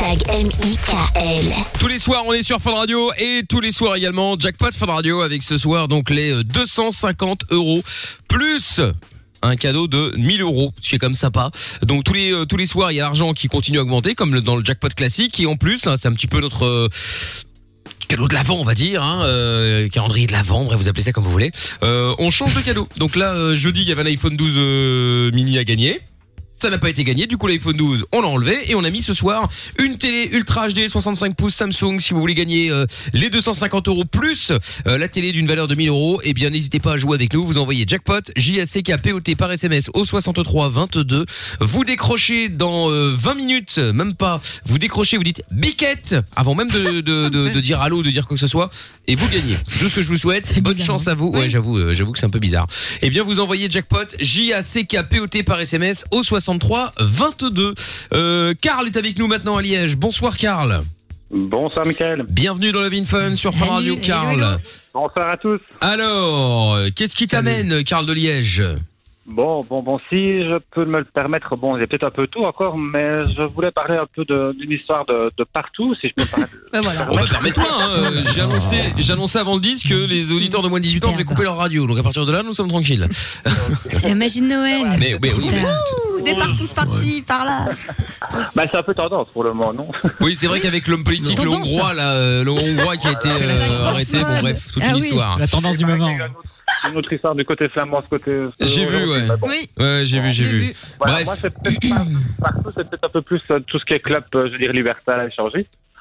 #MIKL. Tous les soirs, on est sur Fun Radio et tous les soirs également jackpot Fun Radio avec ce soir donc les 250 € plus un cadeau de 1000 €, ce qui est quand même sympa. Donc tous les soirs, il y a l'argent qui continue à augmenter comme dans le jackpot classique et en plus, hein, c'est un petit peu notre cadeau de l'Avent, on va dire, hein, calendrier de l'Avent, bref, vous appelez ça comme vous voulez. On change de cadeau. Donc là, jeudi, il y avait un iPhone 12 mini à gagner. Ça n'a pas été gagné, du coup l'iPhone 12 on l'a enlevé et on a mis ce soir une télé Ultra HD 65 pouces Samsung. Si vous voulez gagner les 250 € plus la télé d'une valeur de 1000 €, eh bien n'hésitez pas à jouer avec nous, vous envoyez jackpot JACKPOT par SMS au 63 22. Vous décrochez dans 20 minutes, même pas. Vous décrochez, vous dites biquette avant même de dire allô, de dire quoi que ce soit et vous gagnez. C'est tout ce que je vous souhaite. Bonne chance à vous. Ouais, j'avoue que c'est un peu bizarre. Eh bien vous envoyez jackpot JACKPOT par SMS au 63 22. Karl est avec nous maintenant à Liège. Bonsoir Karl. Bonsoir Mickaël. Bienvenue dans Love in Fun sur Fun Radio Karl. Bonsoir à tous. Alors, qu'est-ce qui t'amène Karl de Liège? Bon, si je peux me le permettre, il y a peut-être un peu tout encore, mais je voulais parler un peu d'une histoire de partout, si je peux me permettre. Voilà. Permets-toi, hein, j'ai annoncé avant le disque que les auditeurs de moins de 18 ans devaient couper leur radio, donc à partir de là, nous sommes tranquilles. C'est la magie de Noël. Mais oui. Départ tous partis, par là. C'est un peu tendance pour le moment, non? Oui, c'est vrai qu'avec l'homme politique, le Hongrois qui a été arrêté, bon bref, toute une histoire. La tendance du moment. Une autre histoire du côté flamand, ce côté. J'ai vu, ouais. Oui. Ouais, j'ai vu. Voilà, bref. Moi, c'est peut-être partout, c'est peut-être un peu plus tout ce qui est club, je veux dire, libertal, échangiste.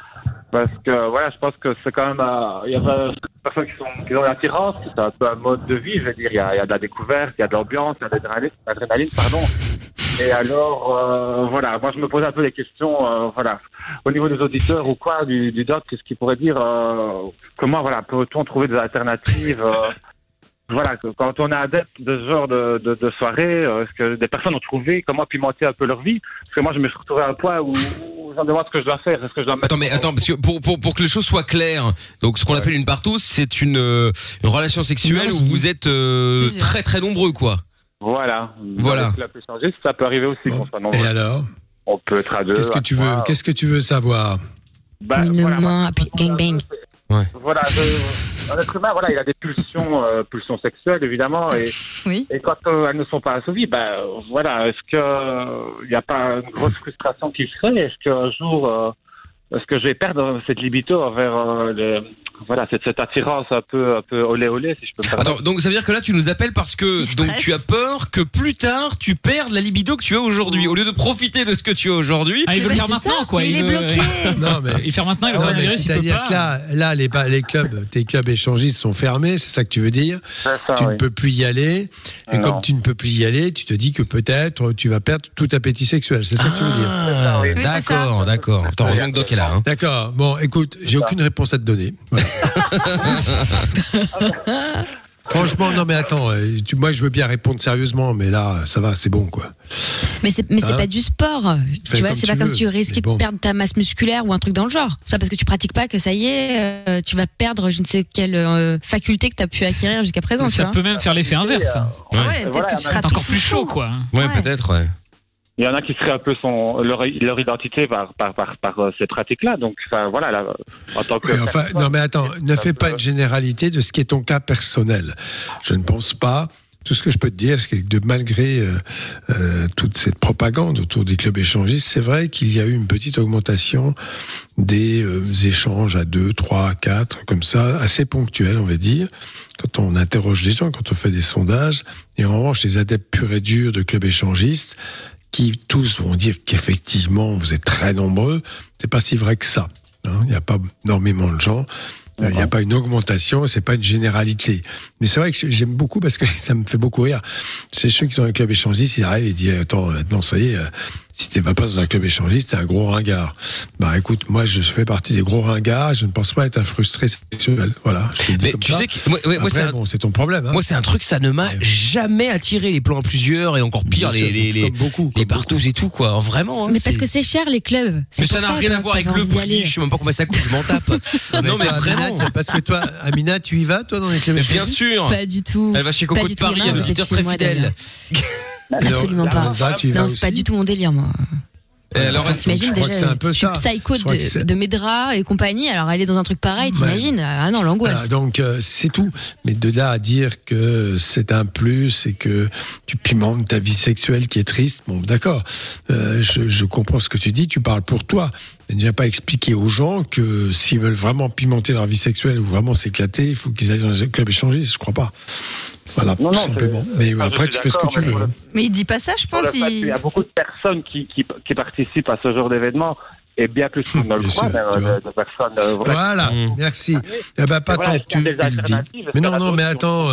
Parce que voilà, je pense que c'est quand même, il y a des personnes qui ont l'attirance, c'est un peu un mode de vie, je veux dire, il y a de la découverte, il y a de l'ambiance, il y a de l'adrénaline, pardon. Et alors, voilà, moi je me pose un peu des questions, voilà, au niveau des auditeurs ou quoi, du doc, qu'est-ce qu'il pourrait dire, comment, voilà, peut-on trouver des alternatives, voilà, quand on est adepte de ce genre de soirée, est-ce que des personnes ont trouvé comment pimenter un peu leur vie? Parce que moi je me suis retrouvé à un point où je me demande ce que je dois faire, est-ce que je dois mettre... Attends, parce que pour que les choses soient claires, donc ce qu'on appelle une partouze, c'est une relation sexuelle où vous êtes très très nombreux, quoi. Voilà. La plus changée, ça peut arriver aussi. Bon. Et alors? On peut être à deux. Qu'est-ce que tu veux savoir? Une main, gangbang. Ouais. Voilà, un être humain, voilà, il a des pulsions sexuelles, évidemment, et quand elles ne sont pas assouvies, voilà, est-ce que il n'y a pas une grosse frustration qui se crée? Est-ce qu'un jour, est-ce que je vais perdre cette libido envers voilà, cette attirance un peu olé, si je peux me permettre. Attends, donc ça veut dire que là tu nous appelles parce que donc tu as peur que plus tard tu perdes la libido que tu as aujourd'hui au lieu de profiter de ce que tu as aujourd'hui. Ah, il veut le faire maintenant, quoi. Il est bloqué. Non, mais il fait maintenant, il va virer s'il peut pas. C'est-à-dire que là les clubs, tes clubs échangistes sont fermés, c'est ça que tu veux dire? Tu ne peux plus y aller. Et comme tu ne peux plus y aller, tu te dis que peut-être tu vas perdre tout appétit sexuel. C'est ça que tu veux dire? D'accord. Attends, heureusement que Doc est là. Hein. D'accord. Bon, écoute, j'ai aucune réponse à te donner. Voilà. Franchement, non mais attends, moi je veux bien répondre sérieusement, mais là ça va, c'est bon quoi. Mais c'est pas du sport, tu vois, c'est pas comme si tu risquais de perdre ta masse musculaire ou un truc dans le genre. C'est pas parce que tu pratiques pas que ça y est, tu vas perdre je ne sais quelle faculté que tu as pu acquérir jusqu'à présent. Ça peut même faire l'effet inverse. Ouais, peut-être que tu seras encore plus chaud, quoi. Ouais, peut-être, ouais. Il y en a qui seraient un peu leur identité par ces pratiques-là. Donc, voilà, là, en tant que... non, mais attends, ne fais pas une généralité de ce qui est ton cas personnel. Je ne pense pas. Tout ce que je peux te dire, c'est que malgré toute cette propagande autour des clubs échangistes, c'est vrai qu'il y a eu une petite augmentation des échanges à 2, 3, 4, comme ça, assez ponctuels, on va dire, quand on interroge les gens, quand on fait des sondages. Et en revanche, les adeptes purs et durs de clubs échangistes, qui tous vont dire qu'effectivement vous êtes très nombreux, c'est pas si vrai que ça. Il n'y a pas énormément de gens, il n'y a pas une augmentation, c'est pas une généralité. Mais c'est vrai que j'aime beaucoup parce que ça me fait beaucoup rire. C'est ceux qui sont dans un club échangiste, ils arrivent et disent attends, maintenant ça y est, si tu vas pas dans un club échangiste, t'es un gros ringard. Bah écoute, moi je fais partie des gros ringards, je ne pense pas être un frustré sexuel. Voilà. Mais tu sais que moi, après, c'est ton problème. Hein. Moi c'est un truc, ça ne m'a jamais attiré, les plans à plusieurs et encore pire les partouzes et tout quoi. Vraiment. Hein, mais parce que c'est cher les clubs. Mais ça n'a rien à voir avec le prix. Je sais même pas combien ça coûte, je m'en tape. Non mais vraiment. Parce que toi, Amina, tu y vas toi dans les clubs échangistes? Bien sûr. Pas du tout. Elle va chez Coco de Paris, un auditeur très fidèle. Absolument pas. Non, c'est pas du tout mon délire, moi. Alors, t'imagines déjà, je suis psycho de mes draps et compagnie, alors aller dans un truc pareil, t'imagines? Ah non, l'angoisse. Voilà, donc c'est tout. Mais de là à dire que c'est un plus et que tu pimentes ta vie sexuelle qui est triste, bon d'accord, je comprends ce que tu dis, tu parles pour toi. Mais ne viens pas expliquer aux gens que s'ils veulent vraiment pimenter leur vie sexuelle ou vraiment s'éclater, il faut qu'ils aillent dans un club échangiste, je crois pas. Voilà, non, simplement. Mais après, tu fais ce que tu veux. Mais il dit pas ça, je pense. Il y a beaucoup de personnes qui participent à ce genre d'événement. Et bien plus qu'on ne le croit, de personnes... voilà, merci. Eh ben, pas tant que tu le dis. Mais non, mais attends...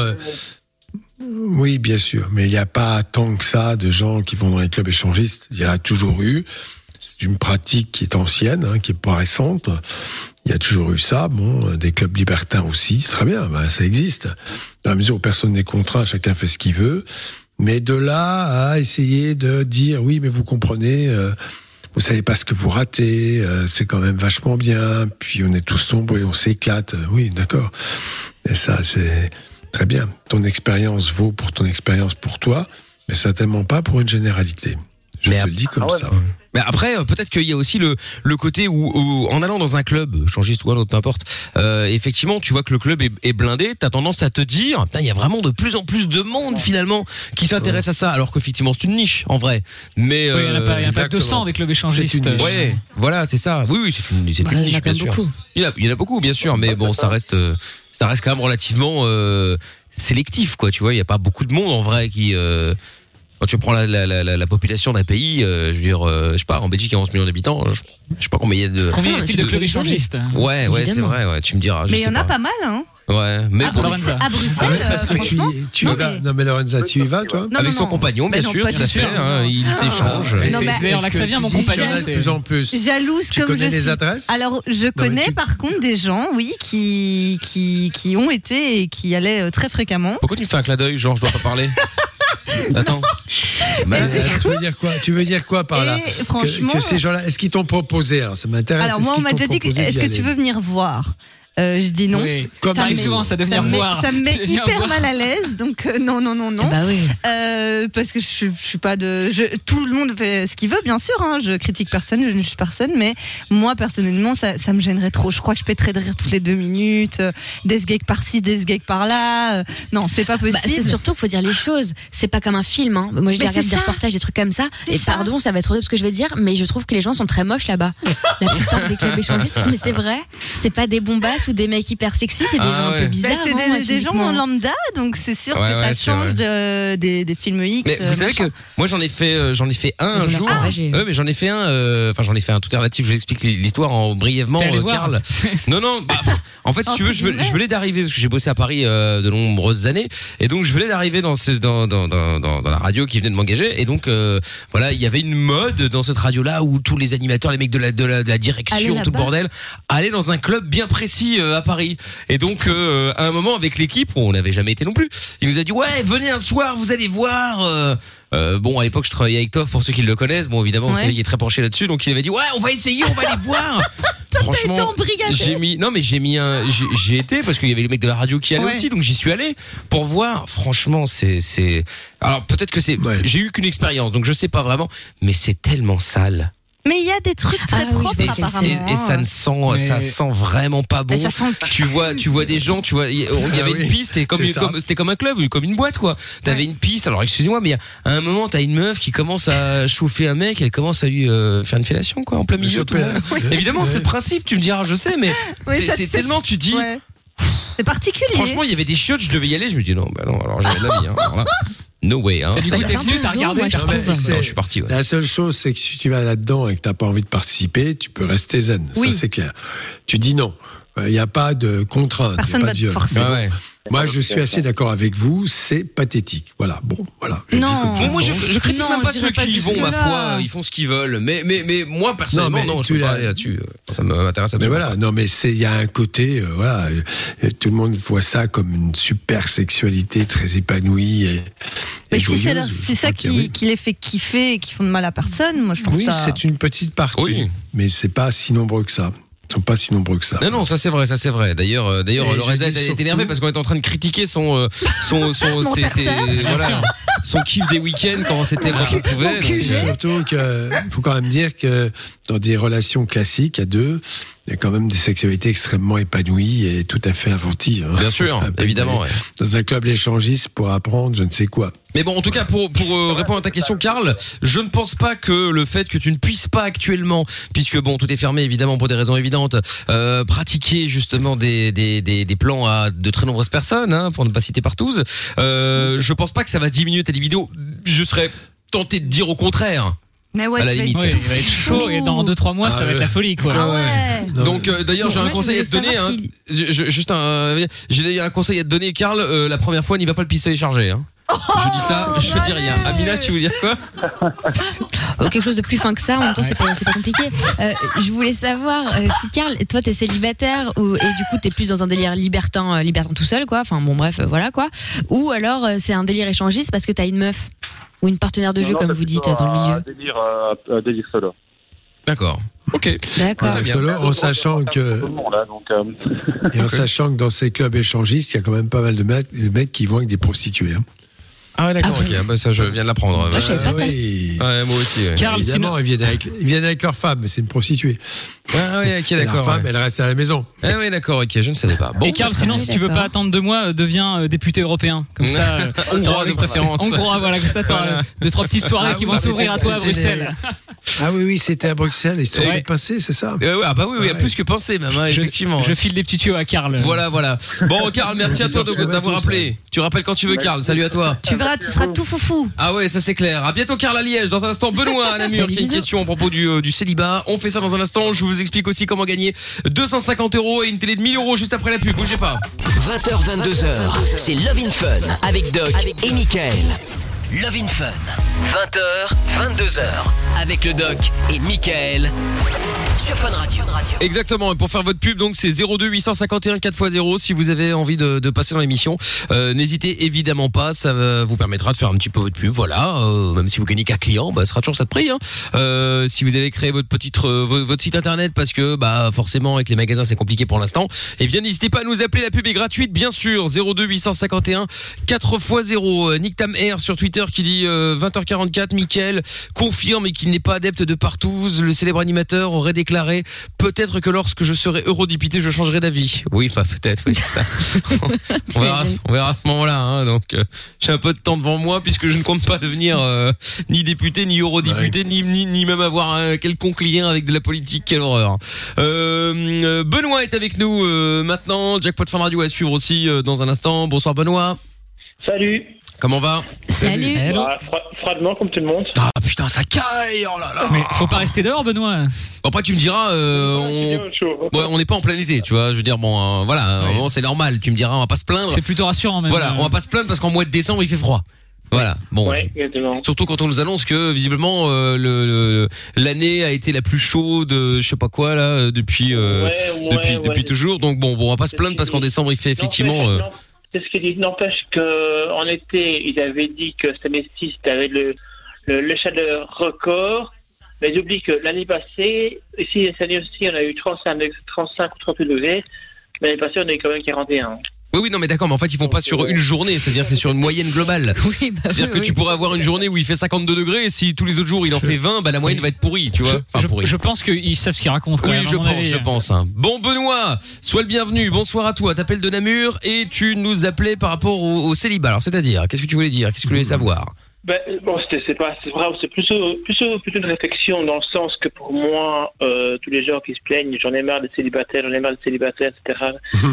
oui, bien sûr, mais il n'y a pas tant que ça de gens qui vont dans les clubs échangistes. Il y a toujours eu. C'est une pratique qui est ancienne, qui est pas récente. Il y a toujours eu ça. Bon, des clubs libertins aussi, très bien, ça existe. Dans la mesure où personne n'est contraint, chacun fait ce qu'il veut. Mais de là à essayer de dire oui, mais vous comprenez, vous savez pas ce que vous ratez, c'est quand même vachement bien. Puis on est tous sombres et on s'éclate. Oui, d'accord. Et ça, c'est très bien. Ton expérience vaut pour ton expérience pour toi, mais certainement pas pour une généralité. Je te le dis comme ça. Mais après, peut-être qu'il y a aussi le côté où en allant dans un club, échangiste ou un autre, n'importe, effectivement, tu vois que le club est blindé, t'as tendance à te dire, putain, il y a vraiment de plus en plus de monde finalement qui s'intéresse à ça, alors qu'effectivement c'est une niche en vrai. Mais il y en a pas 200 des clubs échangistes. Ouais, voilà, c'est ça. Oui, c'est une niche, bien sûr. Il y en a beaucoup, bien sûr, mais bon, ça reste quand même relativement sélectif, quoi. Tu vois, il y a pas beaucoup de monde en vrai qui quand tu prends la population d'un pays, je veux dire, je sais pas, en Belgique il y a 11 millions d'habitants, je sais pas combien il y a de. Combien y a-t-il de clubs échangistes? Ouais, c'est vrai, ouais, tu me diras. Mais il y en a pas mal, hein. Ouais, mais à Bruxelles, parce que tu y vas. Non, mais Lorenza, tu y vas, toi? Avec son compagnon, bien sûr, tout à fait. Ils s'échangent. D'ailleurs, là que ça vient, mon compagnon. De plus en plus. Jalouse comme je suis. Tu connais les adresses? Alors, je connais par contre des gens, oui, qui ont été et qui allaient très fréquemment. Pourquoi tu me fais un clin d'œil, genre je dois pas parler? Attends. Tu veux dire quoi par là? Franchement, que ces gens-là, est-ce qu'ils t'ont proposé? Alors, ça m'intéresse. Alors moi, on m'a déjà dit, est-ce que tu veux venir voir? Je dis non. Oui. Comme ça arrive souvent, ça de venir voir. Ça me met hyper mal à l'aise, donc non. Bah oui. Parce que je suis pas de. Tout le monde fait ce qu'il veut, bien sûr. Hein, je critique personne, je ne juge personne, mais moi personnellement, ça me gênerait trop. Je crois que je pèterais de rire toutes les 2 minutes. Des gags par-ci, des gags par-là. Non, c'est pas possible. Bah, c'est surtout qu'il faut dire les choses. C'est pas comme un film. Hein. Moi, je regarde des reportages, des trucs comme ça. Et pardon, ça va être horrible ce que je vais dire, mais je trouve que les gens sont très moches là-bas. La plupart des clubs échangistes, mais c'est vrai. C'est pas des bombasses ou des mecs hyper sexy, c'est des gens un peu bizarres. C'est des gens en lambda, donc c'est sûr que ça change des films X. Mais vous savez que moi j'en ai fait un jour. Mais j'en ai fait un. Enfin j'en ai fait un tout est relatif. Je vous explique l'histoire brièvement, Karl. Non. Bah, en fait, si tu veux, je venais d'arriver parce que j'ai bossé à Paris de nombreuses années, et donc je venais d'arriver dans la radio qui venait de m'engager, et donc voilà, il y avait une mode dans cette radio là où tous les animateurs, les mecs de la direction, tout le bordel, allaient dans un club bien précis à Paris. Et donc à un moment avec l'équipe, on n'avait jamais été non plus, il nous a dit ouais, venez un soir, vous allez voir. Bon, à l'époque je travaillais avec Toff, pour ceux qui le connaissent. Bon, évidemment, vous savez, il est très penché là-dessus, donc il avait dit ouais, on va essayer, on va aller voir. Franchement, j'ai été parce qu'il y avait les mecs de la radio qui allaient aussi, donc j'y suis allé pour voir. Franchement, c'est alors peut-être que j'ai eu qu'une expérience, donc je sais pas vraiment, mais c'est tellement sale. Mais il y a des trucs très propres apparemment. Et ça sent vraiment pas bon. Tu vois des gens, il y avait une piste, c'était comme un club, comme une boîte quoi. T'avais une piste. Alors excusez-moi, mais à un moment t'as une meuf qui commence à chauffer un mec, elle commence à lui faire une fellation quoi, en plein milieu. Évidemment, c'est le principe. Tu me diras, je sais, mais c'est tellement, tu dis. C'est particulier. Franchement, il y avait des chiottes, je devais y aller. Je me dis non, alors j'avais de la vie. Alors là, no way. Hein. Du coup, t'es venu, t'as regardé, non, je suis parti. Ouais. La seule chose, c'est que si tu vas là-dedans et que t'as pas envie de participer, tu peux rester zen. Ça, c'est clair. Tu dis non. Il n'y a pas de contrainte, il n'y a pas de violence. Moi, je suis assez d'accord avec vous, c'est pathétique. Voilà, bon, voilà. Moi, je critique même pas ceux qui y vont, ma foi, ils font ce qu'ils veulent. Mais moi, personnellement, non, je peux pas aller là-dessus. Ça m'intéresse absolument. Mais voilà, non, mais il y a un côté, voilà, tout le monde voit ça comme une super sexualité très épanouie et joyeuse. C'est ça qui les fait kiffer et qui font de mal à personne. Moi, je trouve ça. Oui, c'est une petite partie, mais c'est pas si nombreux que ça. Ils sont pas si nombreux que ça. Non, ça c'est vrai. D'ailleurs, Lorenza est énervée parce qu'on est en train de critiquer son kiff des week-ends quand il pouvait. Surtout qu'il faut quand même dire que dans des relations classiques à deux, il y a quand même des sexualités extrêmement épanouies et tout à fait inventives. Bien sûr, évidemment. Dans un club échangiste pour apprendre je ne sais quoi. Mais bon, en tout cas, pour répondre à ta question, Karl, je ne pense pas que le fait que tu ne puisses pas actuellement, puisque bon, tout est fermé évidemment pour des raisons évidentes, pratiquer justement des plans à de très nombreuses personnes, hein, pour ne pas citer partous, je pense pas que ça va diminuer ta libido. Je serais tenté de dire au contraire. Mais ouais, à la limite. Il va être chaud et dans 2-3 mois, ça va être la folie, quoi. Donc, d'ailleurs, j'ai un conseil à te donner, hein. J'ai un conseil à te donner, Karl. La première fois, n'y va pas le pistolet chargé, hein. Je dis ça, je dis rien. Amina, tu veux dire quoi? Quelque chose de plus fin que ça. En même temps, c'est pas compliqué. Je voulais savoir si Karl, toi, t'es célibataire et du coup, t'es plus dans un délire libertin tout seul, quoi. Enfin bon, bref, voilà quoi. Ou alors c'est un délire échangiste parce que t'as une meuf ou une partenaire de jeu, comme vous dites dans le milieu. Délire solo. D'accord. Ok. D'accord. Solo, en sachant que dans ces clubs échangistes, il y a quand même pas mal de mecs qui vont avec des prostituées. Hein. Ah ouais, d'accord, ok. Bah, ça, je viens de l'apprendre. Je savais pas ça. Oui. Ouais, moi aussi. Ouais. Karl, évidemment, ils viennent avec leur femme, mais c'est une prostituée. Ah ouais, ok, d'accord. La femme, elle reste à la maison. Ah ouais, d'accord, ok, je ne savais pas. Bon. Et Karl, sinon, si tu veux pas attendre 2 mois, deviens député européen. Comme ça. Hongrois de préférence. Hongrois, voilà, comme ça, t'as 2-3 petites soirées qui vont s'ouvrir à toi à Bruxelles. Ah oui, c'était à Bruxelles, ils sont passés, c'est ça? Ah bah oui, plus que penser, même, hein, effectivement. Je file des petits tuyaux à Karl. Voilà. Bon, Karl, merci à toi d'avoir appelé. Tu rappelles quand tu veux, Karl. Salut à toi. Tu vas tu seras tout foufou. Ah ouais, ça c'est clair. À bientôt Carl à Liège. Dans un instant, Benoît à Namur qui a une question à propos du célibat. On fait ça dans un instant. Je vous explique aussi comment gagner 250 € et une télé de 1000 € juste après la pub. Bougez pas. 20h, 22h, c'est Love in Fun avec Doc et Mickaël. Love in Fun, 20h, 22h, avec le Doc et Mickaël sur Fun Radio. Exactement, et pour faire votre pub, donc c'est 02 851 4x0 si vous avez envie de passer dans l'émission. N'hésitez évidemment pas, ça vous permettra de faire un petit peu votre pub, voilà. Même si vous gagnez qu'un client, bah, ce sera toujours ça de prix. Hein. Si vous avez créé votre site internet parce que bah forcément avec les magasins c'est compliqué pour l'instant, eh bien n'hésitez pas à nous appeler, la pub est gratuite bien sûr. 02 851 4x0. Nick Tam Air sur Twitter qui dit 20h44, Mickaël confirme et qu'il n'est pas adepte de Partouze. Le célèbre animateur aurait déclaré peut-être que lorsque je serai eurodéputé, je changerai d'avis. Oui, bah peut-être, oui, c'est ça. on verra à ce moment-là. Hein, donc, j'ai un peu de temps devant moi puisque je ne compte pas devenir ni député, ni eurodéputé, ni même avoir un quelconque lien avec de la politique. Quelle horreur. Benoît est avec nous maintenant. Jackpot Fun Radio à suivre aussi dans un instant. Bonsoir Benoît. Salut. Comment va? Salut. Bah, froidement comme tout le monde. Ah putain, ça caille. Oh là là. Mais faut pas rester dehors, Benoît. Après tu me diras, on n'est pas en plein été, tu vois. Je veux dire, bon, voilà, bon, c'est normal. Tu me diras, on va pas se plaindre. C'est plutôt rassurant même. Voilà, on va pas se plaindre parce qu'en mois de décembre il fait froid. Voilà, bon. Ouais, exactement. Surtout quand on nous annonce que visiblement l'année a été la plus chaude, je sais pas quoi là, depuis toujours. Donc bon, on va pas se plaindre parce qu'en décembre il fait effectivement. C'est ce qu'il dit. N'empêche qu'en été, ils avaient dit que cette année-ci, c'était le chaleur record. Mais j'oublie que l'année passée, ici, cette année aussi, on a eu 35 ou 38 degrés. L'année passée, on a eu quand même 41. Oui, non, mais d'accord, mais en fait, ils font pas sur une journée, c'est-à-dire que c'est sur une moyenne globale. Oui, bah c'est-à-dire que tu pourrais avoir une journée où il fait 52 degrés et si tous les autres jours il en fait 20, bah la moyenne va être pourrie, tu vois. Je pense qu'ils savent ce qu'ils racontent. Quand oui, même, je pense. Hein. Bon, Benoît, sois le bienvenu. Bonsoir à toi. T'appelles de Namur et tu nous appelais par rapport au célibat. Alors, c'est-à-dire, qu'est-ce que tu voulais dire? Qu'est-ce que tu voulais savoir? Ben, bon, c'est vrai, c'est plutôt une réflexion dans le sens que pour moi, tous les gens qui se plaignent, j'en ai marre des célibataires, etc.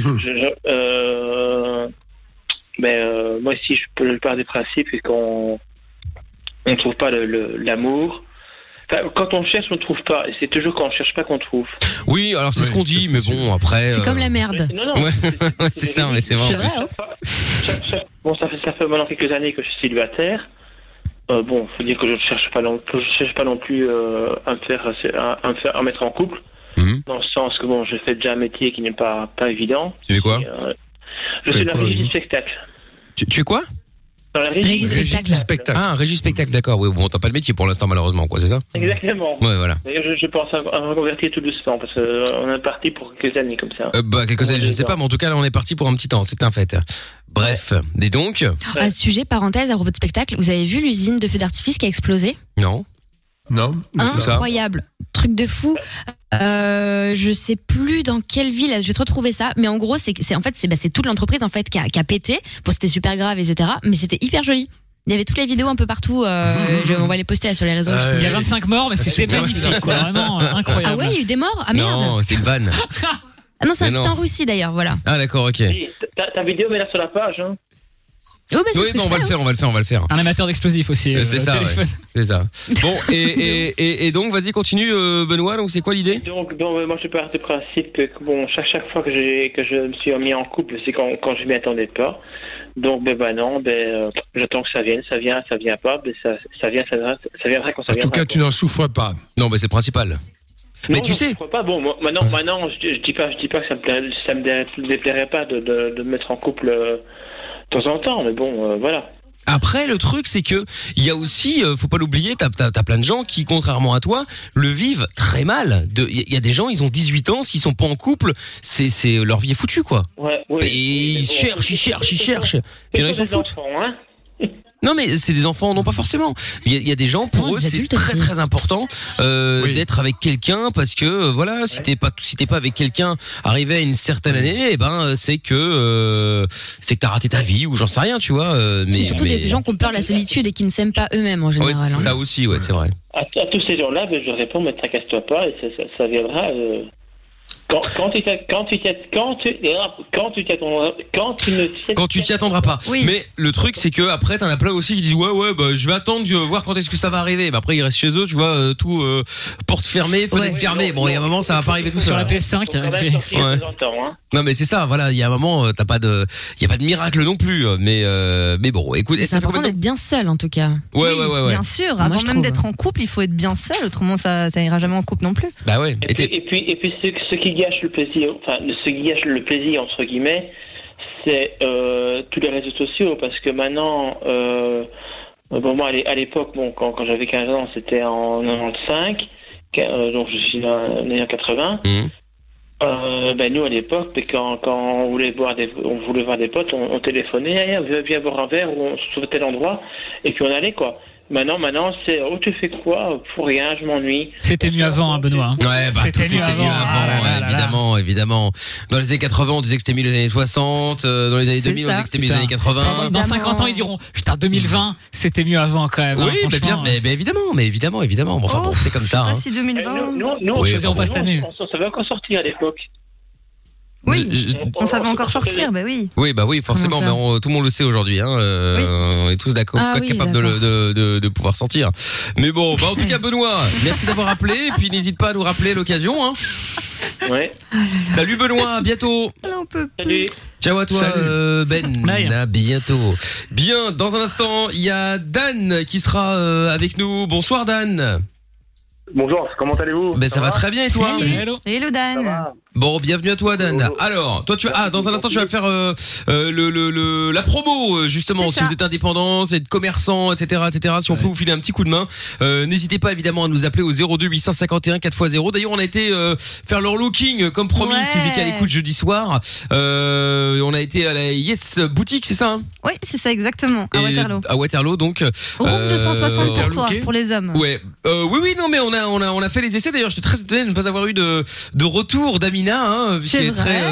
Moi aussi, je pars des principes qu'on ne trouve pas l'amour. Enfin, quand on cherche, on ne trouve pas. Et c'est toujours quand on ne cherche pas qu'on trouve. Oui, alors c'est ce qu'on dit, mais bon, après... C'est comme la merde. Non, ouais. c'est ça, mais c'est vrai. C'est vrai, hein. Bon, ça fait maintenant quelques années que je suis célibataire. Bon, faut dire que je ne cherche pas non plus à me mettre en couple. Dans le sens que bon, je fais déjà un métier qui n'est pas évident. Tu fais quoi? Je suis dans la régie spectacle. Tu es quoi? Dans la régie spectacle. Ah, régie spectacle, d'accord. Oui, bon, t'as pas le métier pour l'instant, malheureusement, quoi, c'est ça? Exactement. Ouais, voilà. D'ailleurs, je pense à reconvertir tout doucement, parce qu'on est parti pour quelques années comme ça. Quelques années, je ne sais pas, mais en tout cas, là, on est parti pour un petit temps, c'est un fait. Bref, et donc? À ce sujet, parenthèse, à propos de spectacle, vous avez vu l'usine de feux d'artifice qui a explosé? Non. Incroyable. Truc de fou. Je sais plus dans quelle ville, je vais te retrouver ça, mais en gros c'est toute l'entreprise en fait qui a pété. Bon, c'était super grave, etc. Mais c'était hyper joli. Il y avait toutes les vidéos un peu partout. On va les poster là sur les réseaux. Il y a 25 morts, mais c'était magnifique, quoi. Vraiment incroyable. Ah ouais, il y a eu des morts. Ah merde. Non, c'est une vanne. Ah non, c'était en Russie d'ailleurs, voilà. Ah d'accord, ok. Ta vidéo, mais là sur la page, hein. Oh, bah, oui, non, on va le faire. Un amateur d'explosifs aussi. C'est ça, téléphone. Ouais. C'est ça. Bon, et donc, vas-y, continue, Benoît. Donc, c'est quoi l'idée? Donc, moi, je pars du principe que bon, chaque fois que je me suis mis en couple, c'est quand je m'y attendais pas. Donc, j'attends que ça vienne pas, ça viendra quand ça viendra. En tout cas, tu n'en souffres pas. Non, mais c'est le principal. Mais non, tu sais. Pas. Bon, maintenant, je dis pas que ça me déplairait pas de me mettre en couple. De temps en temps, mais bon, voilà. Après, le truc, c'est que il y a aussi, faut pas l'oublier, t'as plein de gens qui, contrairement à toi, le vivent très mal. Il y a des gens, ils ont 18 ans, s'ils sont pas en couple, c'est leur vie est foutue, quoi. Ouais. Et ils cherchent. Puis ils s'en foutent. Non, mais c'est des enfants, non pas forcément. Il y a des gens, pour eux, c'est très très important d'être avec quelqu'un parce que voilà, si t'es pas avec quelqu'un arrivé à une certaine année, c'est que t'as raté ta vie ou j'en sais rien, tu vois. Mais c'est surtout des gens qui ont peur de la solitude et qui ne s'aiment pas eux-mêmes en général. Ouais, ça aussi, ouais, c'est vrai. À tous ces gens-là, je réponds, mais tracasse-toi pas, et ça viendra Quand tu t'y attendras pas. Oui. Mais le truc c'est que après t'en as plein aussi qui disent ouais bah je vais attendre voir quand est-ce que ça va arriver. Bah après ils restent chez eux, tu vois, tout porte fermée, fenêtre fermée. Bon, il y a un moment ça va pas arriver tout seul. Sur la PS5. Ouais. Non mais c'est ça, voilà, il y a un moment il y a pas de miracle non plus, mais bon, écoute, c'est important d'être bien seul en tout cas. Ouais. Bien sûr, avant même d'être en couple, il faut être bien seul, autrement ça ira jamais en couple non plus. Bah ouais. Et puis ce qui gâche le plaisir, entre guillemets, c'est tous les réseaux sociaux, parce que maintenant, moi à l'époque, quand j'avais 15 ans, c'était en 95, donc je suis né en 80. Nous à l'époque, quand on voulait voir des potes, on téléphonait, viens boire un verre, ou on se trouvait tel endroit, et puis on allait quoi. Maintenant, c'est tu fais quoi? Pour rien, je m'ennuie. C'était mieux avant, Benoît. Ouais, c'était tout était mieux avant, évidemment. Dans les années 80, on disait que c'était mieux les années 60. Dans les années 2000, on disait que c'était mieux les années 80. Dans 50 ans, ils diront putain, 2020, c'était mieux avant quand même. Oui, mais évidemment. Enfin bon, c'est comme ça. Si 2020. Nous, on savait encore sortir à l'époque. Oui, on savait encore sortir, bah oui. Oui, bah oui, forcément, mais tout le monde le sait aujourd'hui, hein. On est tous d'accord, capables de pouvoir sortir. Mais bon, bah en tout cas, Benoît, merci d'avoir appelé, et puis n'hésite pas à nous rappeler à l'occasion, hein. Ouais. Salut Benoît, à bientôt. Salut. Ciao à toi, Ben. À bientôt. Bien, dans un instant, il y a Dan qui sera avec nous. Bonsoir Dan. Bonjour, comment allez-vous? Ça va très bien et toi? Hello Dan. Bon, bienvenue à toi Dan. Alors, toi dans un instant tu vas faire la promo justement, si vous êtes indépendant, si vous êtes commerçant, etc. si on peut vous filer un petit coup de main, n'hésitez pas évidemment à nous appeler au 02 851 4x0. D'ailleurs, on a été faire leur looking comme promis si vous étiez à l'écoute jeudi soir. On a été à la Yes boutique, c'est ça hein? Oui, c'est ça exactement, à Waterloo. Donc room 260 pour toi, pour les hommes. Ouais. Oui, non mais on a fait les essais. D'ailleurs, j'étais très étonné de ne pas avoir eu de retour d'Amina, hein, puisqu'elle est très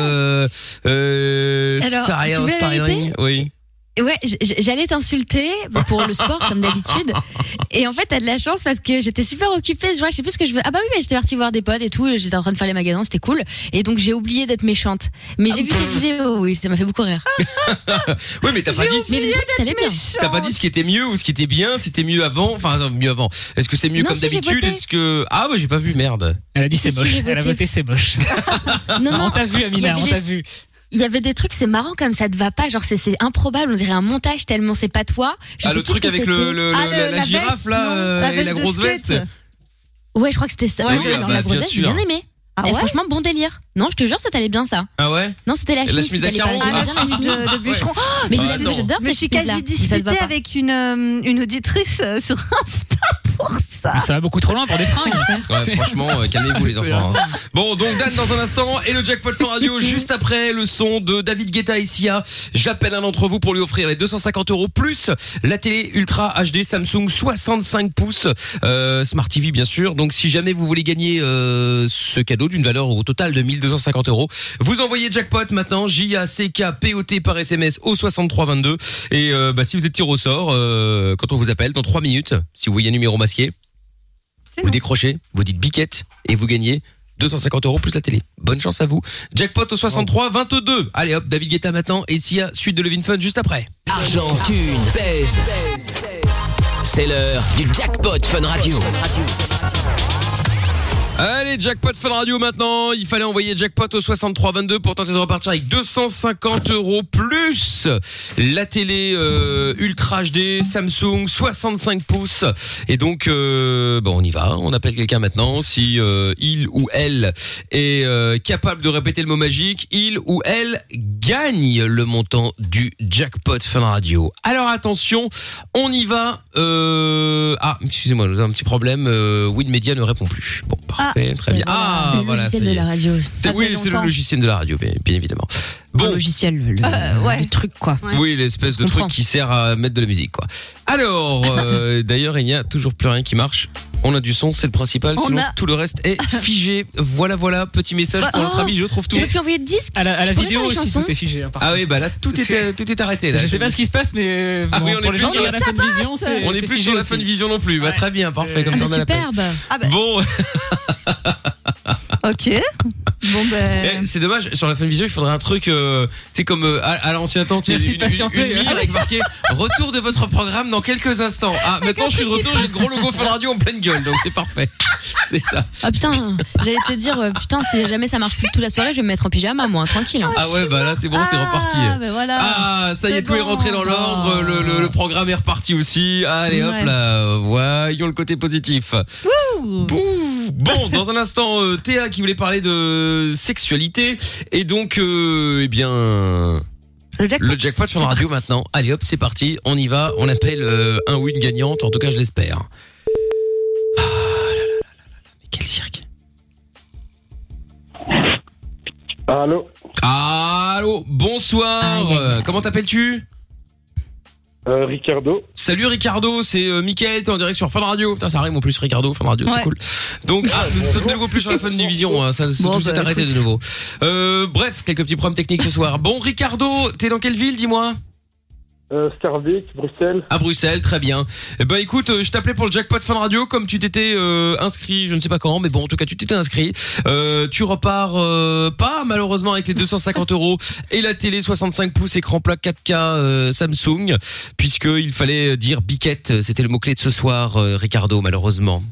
styling. Oui. Ouais, j'allais t'insulter pour le sport comme d'habitude. Et en fait, t'as de la chance parce que j'étais super occupée. Je sais plus ce que je veux. Ah bah oui, mais j'étais partie voir des potes et tout. J'étais en train de faire les magasins, c'était cool. Et donc j'ai oublié d'être méchante. Mais j'ai vu tes vidéos, oui, ça m'a fait beaucoup rire. Oui, mais t'as pas dit. Mais t'allais bien. T'as pas dit ce qui était mieux ou ce qui était bien. C'était mieux avant. Enfin, mieux avant. Est-ce que c'est mieux comme d'habitude? Est-ce que j'ai pas vu, merde. Elle a dit c'est moche. Elle a voté c'est moche. Non. On t'a vu, Amina. On t'a vu. Il y avait des trucs, c'est marrant comme ça te va pas, genre c'est improbable, on dirait un montage tellement c'est pas toi. Le truc avec la girafe là et la grosse veste. Ouais, je crois que c'était ça. La grosse veste, j'ai bien aimé. Franchement, bon délire. Non, je te jure, ça t'allait bien ça. Ah ouais? Non, c'était la chemise à carreaux. La chemise de bûcheron. Mais j'adore. Mais je suis quasi disputée avec une auditrice sur Insta pour ça. Mais ça va beaucoup trop loin pour des fringues. Ouais, franchement, calmez-vous les enfants. Hein. Bon, donc Dan dans un instant et le Jackpot Fun Radio juste après le son de David Guetta et Sia. J'appelle un d'entre vous pour lui offrir les 250 € plus la télé Ultra HD Samsung 65 pouces Smart TV bien sûr. Donc si jamais vous voulez gagner ce cadeau d'une valeur au total de 1250 €, vous envoyez Jackpot maintenant JACKPOT par SMS au 6322 et si vous êtes tiré au sort quand on vous appelle dans 3 minutes, si vous voyez un numéro masqué, vous décrochez, vous dites biquette et vous gagnez 250 € plus la télé. Bonne chance à vous. Jackpot au 6322. Allez hop, David Guetta maintenant et Sia, suite de Levin Fun juste après. Argent, thune, pèse. C'est l'heure du Jackpot Fun Radio. Allez, Jackpot Fun Radio maintenant. Il fallait envoyer Jackpot au 6322 pour tenter de repartir avec 250 € plus la télé Ultra HD Samsung 65 pouces. Et donc, on y va. On appelle quelqu'un maintenant. Si il ou elle est capable de répéter le mot magique, il ou elle gagne le montant du Jackpot Fun Radio. Alors attention, on y va. Excusez-moi, nous avons un petit problème. Winmedia ne répond plus. Bon, parfait, très bien. Le logiciel de la radio. C'est le logiciel de la radio, bien évidemment. Bon, le logiciel, le truc quoi. Ouais. Oui, l'espèce de truc qui sert à mettre de la musique quoi. Alors, d'ailleurs, il n'y a toujours plus rien qui marche. On a du son, c'est le principal, sinon tout le reste est figé. Voilà, petit message pour notre ami, je trouve tout. Tu veux plus envoyer de disque? À la vidéo aussi, tout est figé. Ah oui, là, tout est arrêté. Là. Je sais pas ce qui se passe, mais pour les gens sur la Fun Vision, c'est on n'est plus sur la Fun Vision non plus. Très bien, parfait, comme ça on a la paix. Superbe. Bon. Ok. Bon ben. C'est dommage, sur la Funvision, il faudrait un truc, tu sais, comme à l'ancien temps, tu sais, Merci de patienter. une mine avec marqué retour de votre programme dans quelques instants. Ah, maintenant je suis de retour, j'ai le gros logo Fun Radio en pleine gueule, donc c'est parfait. C'est ça. Ah putain, j'allais te dire, putain, si jamais ça marche plus toute la soirée, je vais me mettre en pyjama, moi, tranquille. Hein. Ah ouais, bah là c'est bon, c'est reparti. Ben voilà. Ah, ça y est, C'est tout est bon. rentré dans l'ordre, le programme est reparti aussi. Allez hop là, voyons le côté positif. Bouh. Bon, dans un instant, Théa qui voulait parler de sexualité et donc, eh bien, le jackpot sur la radio maintenant. Allez hop, c'est parti, on y va, on appelle un ou une gagnante, en tout cas je l'espère. Ah là là là là, mais quel cirque. Allô. Allô, bonsoir. Comment t'appelles-tu? Ricardo. Salut Ricardo, c'est Mickaël, t'es en direct sur Fun Radio. Putain, ça arrive en plus Ricardo, Fun Radio, c'est cool. Donc, nous sommes de nouveau plus sur la Fun Division, hein, ça tout s'est arrêté de nouveau. Bref, quelques petits problèmes techniques ce soir. Bon Ricardo, t'es dans quelle ville, dis-moi? Scarbeck, Bruxelles. À Bruxelles, très bien. Eh ben écoute, je t'appelais pour le jackpot Fun Radio, comme tu t'étais inscrit, je ne sais pas quand, mais bon, en tout cas tu t'étais inscrit. Tu repars pas malheureusement avec les 250 € et la télé 65 pouces écran plat 4K Samsung, puisque il fallait dire biquette, c'était le mot clé de ce soir, Ricardo, malheureusement.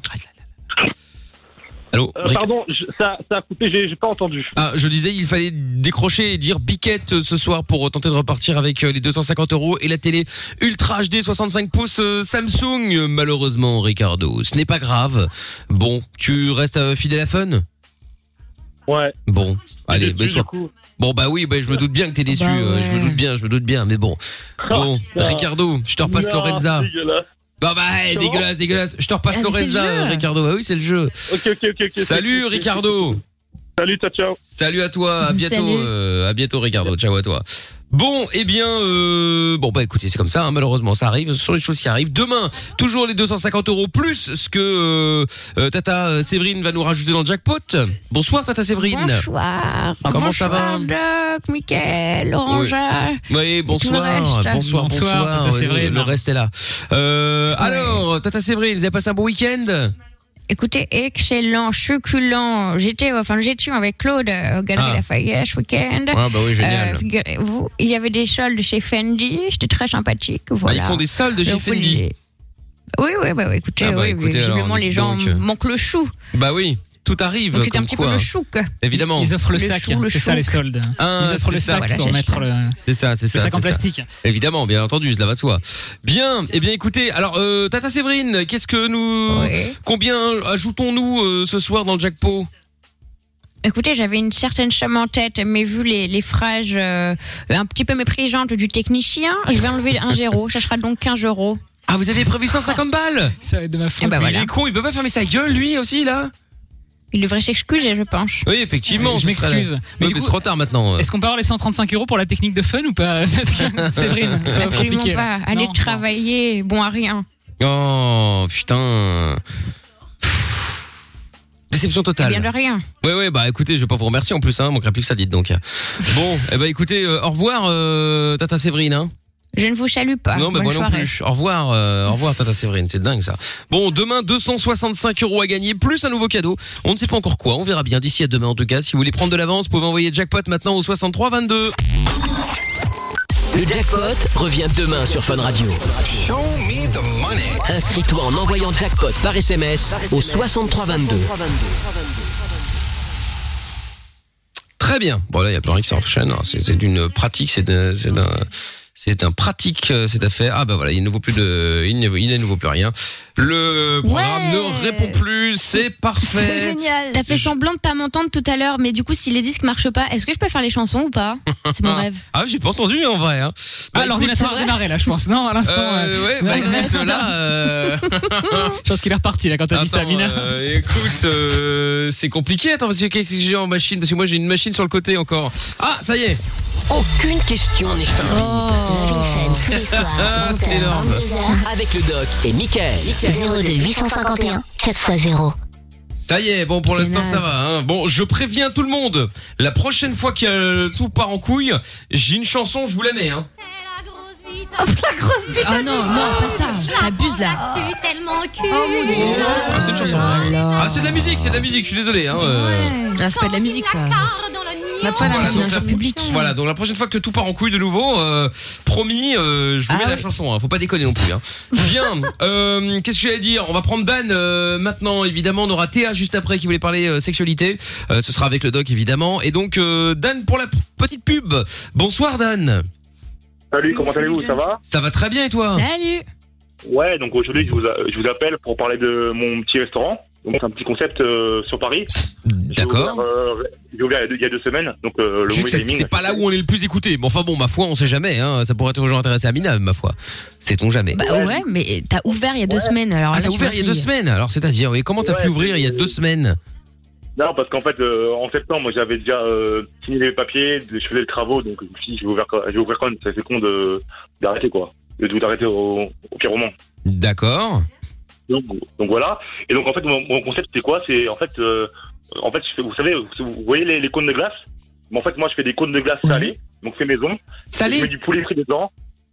Allô, pardon, ça a coupé, j'ai pas entendu. Ah, je disais, il fallait décrocher et dire biquette ce soir pour tenter de repartir avec les 250 € et la télé Ultra HD 65 pouces Samsung. Malheureusement, Ricardo, ce n'est pas grave. Bon, tu restes fidèle à Fun? Ouais. Bon, allez, déçu, bon bah oui, bah je me doute bien que t'es déçu. Je me doute bien, mais bon. Bon, Ricardo, je te repasse Lorenza. Dégueulasse. Bah dégueulasse. Je te repasse Lorenza, Ricardo. Bah oui, c'est le jeu. Ok. Salut Ricardo. Salut, ciao. Salut à toi, à bientôt. À bientôt Ricardo, ciao à toi. Bon, eh bien, bon bah écoutez, c'est comme ça, hein, malheureusement ça arrive, ce sont les choses qui arrivent. Demain, toujours les 250 € plus ce que Tata Séverine va nous rajouter dans le jackpot. Bonsoir Tata Séverine. Bonsoir. Comment ça va? Doc, Mickaël, Orangea. Oui, bonsoir. Bonsoir. Tata Séverine. Le reste est là. Alors, Tata Séverine, vous avez passé un bon week-end? Écoutez, excellent, succulent. J'étais avec Claude au Galerie Lafayette ce week-end. Ah bah oui, génial. Figurez-vous, il y avait des soldes chez Fendi, c'était très sympathique. Voilà. Ah, ils font des soldes chez Fendi. Oui, écoutez, visiblement alors, les gens manquent le chou. Bah oui. Tout arrive. Donc c'était comme un petit quoi. peu le chouk. Évidemment. Ils offrent le sac, c'est ça les soldes. Ils offrent le sac pour mettre le sac en plastique. Évidemment, bien entendu, cela va de soi. Bien, eh bien écoutez, alors Tata Séverine, qu'est-ce que combien ajoutons-nous ce soir dans le jackpot? Écoutez, j'avais une certaine somme en tête, mais vu les phrases un petit peu méprisantes du technicien, je vais enlever 1 0, ça sera donc 15 €. Ah, vous avez prévu 150 balles? Ça va être de ma faute. Eh ben voilà. Il est con, il peut pas fermer sa gueule lui aussi là? Il devrait s'excuser, je pense. Oui, effectivement. Je m'excuse. Mais c'est trop tard maintenant. Est-ce qu'on peut avoir les 135 € pour la technique de Fun ou pas? Parce que Séverine, absolument pas. Allez travailler, bon à rien. Oh putain. Déception totale. Bien de rien. Ouais, bah écoutez, je vais pas vous remercier en plus, hein, manquerait plus que ça, dites donc. Bon, eh ben écoutez, au revoir, Tata Séverine, hein. Je ne vous salue pas. Non, mais moi soirée. non plus. Au revoir Tata Séverine, c'est dingue ça. Bon, demain 265 € à gagner, plus un nouveau cadeau. On ne sait pas encore quoi, on verra bien d'ici à demain en tout cas. Si vous voulez prendre de l'avance, vous pouvez envoyer jackpot maintenant au 63 22. Le jackpot revient demain sur Fun Radio. Inscris-toi en envoyant jackpot par SMS au 63 22. Très bien. Bon là, il y a plus rien qui s'enchaîne. C'est d'une pratique, c'est un pratique cette affaire. Ah bah voilà, il ne vaut plus rien. Le programme ne répond plus, c'est parfait. C'est génial. T'as fait semblant de pas m'entendre tout à l'heure, mais du coup si les disques marchent pas, est-ce que je peux faire les chansons ou pas? C'est mon rêve. Ah, j'ai pas entendu en vrai. Hein. Bah, l'ordinateur a démarré là, je pense. Non, à l'instant. Ouais, bah écoute, là. Je pense qu'il est reparti là quand t'as dit ça, Mina. Écoute, c'est compliqué. Attends, parce que j'ai en machine, parce que moi j'ai une machine sur le côté encore. Ah, ça y est. Aucune question n'est stupide. Tous les soirs, 20h, 22h. Avec le doc et Mickaël. 02 851 4x0. Ça y est, bon pour l'instant naze. ça va. Hein. Bon, je préviens tout le monde. La prochaine fois que tout part en couille, j'ai une chanson, je vous la mets. Hein. Ah non, pas ça. T'abuses là. Ah, c'est une chanson. Ah, c'est de la musique, je suis désolé. Hein, Ah, c'est pas de la musique ça. C'est une injure publique. Voilà, donc la prochaine fois que tout part en couille de nouveau, promis, je vous mets la chanson, hein, faut pas déconner non plus. Hein. Bien, qu'est-ce que j'allais dire? On va prendre Dan maintenant, évidemment, on aura Théa juste après qui voulait parler sexualité. Ce sera avec le doc évidemment. Et donc Dan pour la petite pub. Bonsoir Dan. Salut, comment allez-vous? Ça va? Ça va très bien et toi? Salut. Ouais, donc aujourd'hui je vous appelle pour parler de mon petit restaurant. Donc c'est un petit concept sur Paris. D'accord. J'ai ouvert il y a 2 semaines. Donc le c'est pas là où on est le plus écouté. Mais enfin bon, ma foi, on sait jamais. Hein. Ça pourrait toujours intéresser Amina, ma foi. Sait-on jamais. Bah ouais, mais t'as ouvert il y a 2 semaines. Alors t'as ouvert il y a 2 semaines. Alors c'est-à-dire, oui, comment t'as pu ouvrir il y a 2 semaines? Non, parce qu'en fait, en septembre, j'avais déjà signé les papiers, je faisais les travaux, donc si je vais ouvrir quand même, ça fait con d'arrêter quoi, de tout arrêter au pire moment. D'accord. Donc voilà. Et donc en fait, mon concept c'est quoi? C'est en fait, vous savez, vous voyez les cônes de glace? Mais en fait, moi, je fais des cônes de glace salés, donc c'est maison. Salé. Je mets du poulet frit dedans.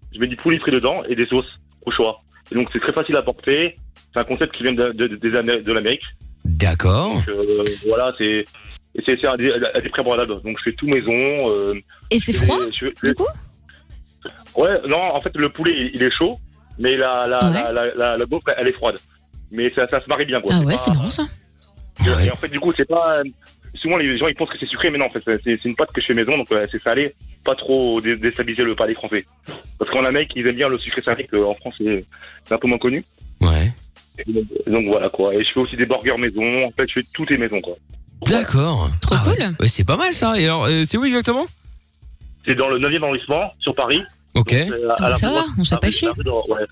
Et des sauces au choix. Et donc c'est très facile à porter. C'est un concept qui vient de l'Amérique. D'accord. Donc, voilà, c'est à des prix abordables. Donc je fais tout maison. Et c'est froid, du coup? Ouais, non, en fait le poulet il est chaud, mais la gaufre elle est froide. Mais ça se marie bien quoi. Ah ouais, c'est marrant ça. Et en fait du coup c'est pas... Souvent les gens ils pensent que c'est sucré, mais non en fait c'est une pâte que je fais maison, donc c'est salé, pas trop déstabiliser le palais français. Parce qu'en Amérique ils aiment bien le sucré salé, qu'en France c'est un peu moins connu. Ouais. Et donc voilà quoi. Et je fais aussi des burgers maison. En fait, je fais tout est maison quoi. D'accord. Trop cool. Ouais, c'est pas mal ça. Et alors, c'est où exactement? C'est dans le 9e arrondissement, sur Paris. Ok. Donc, ça va, on se fait pas chier. Ouais.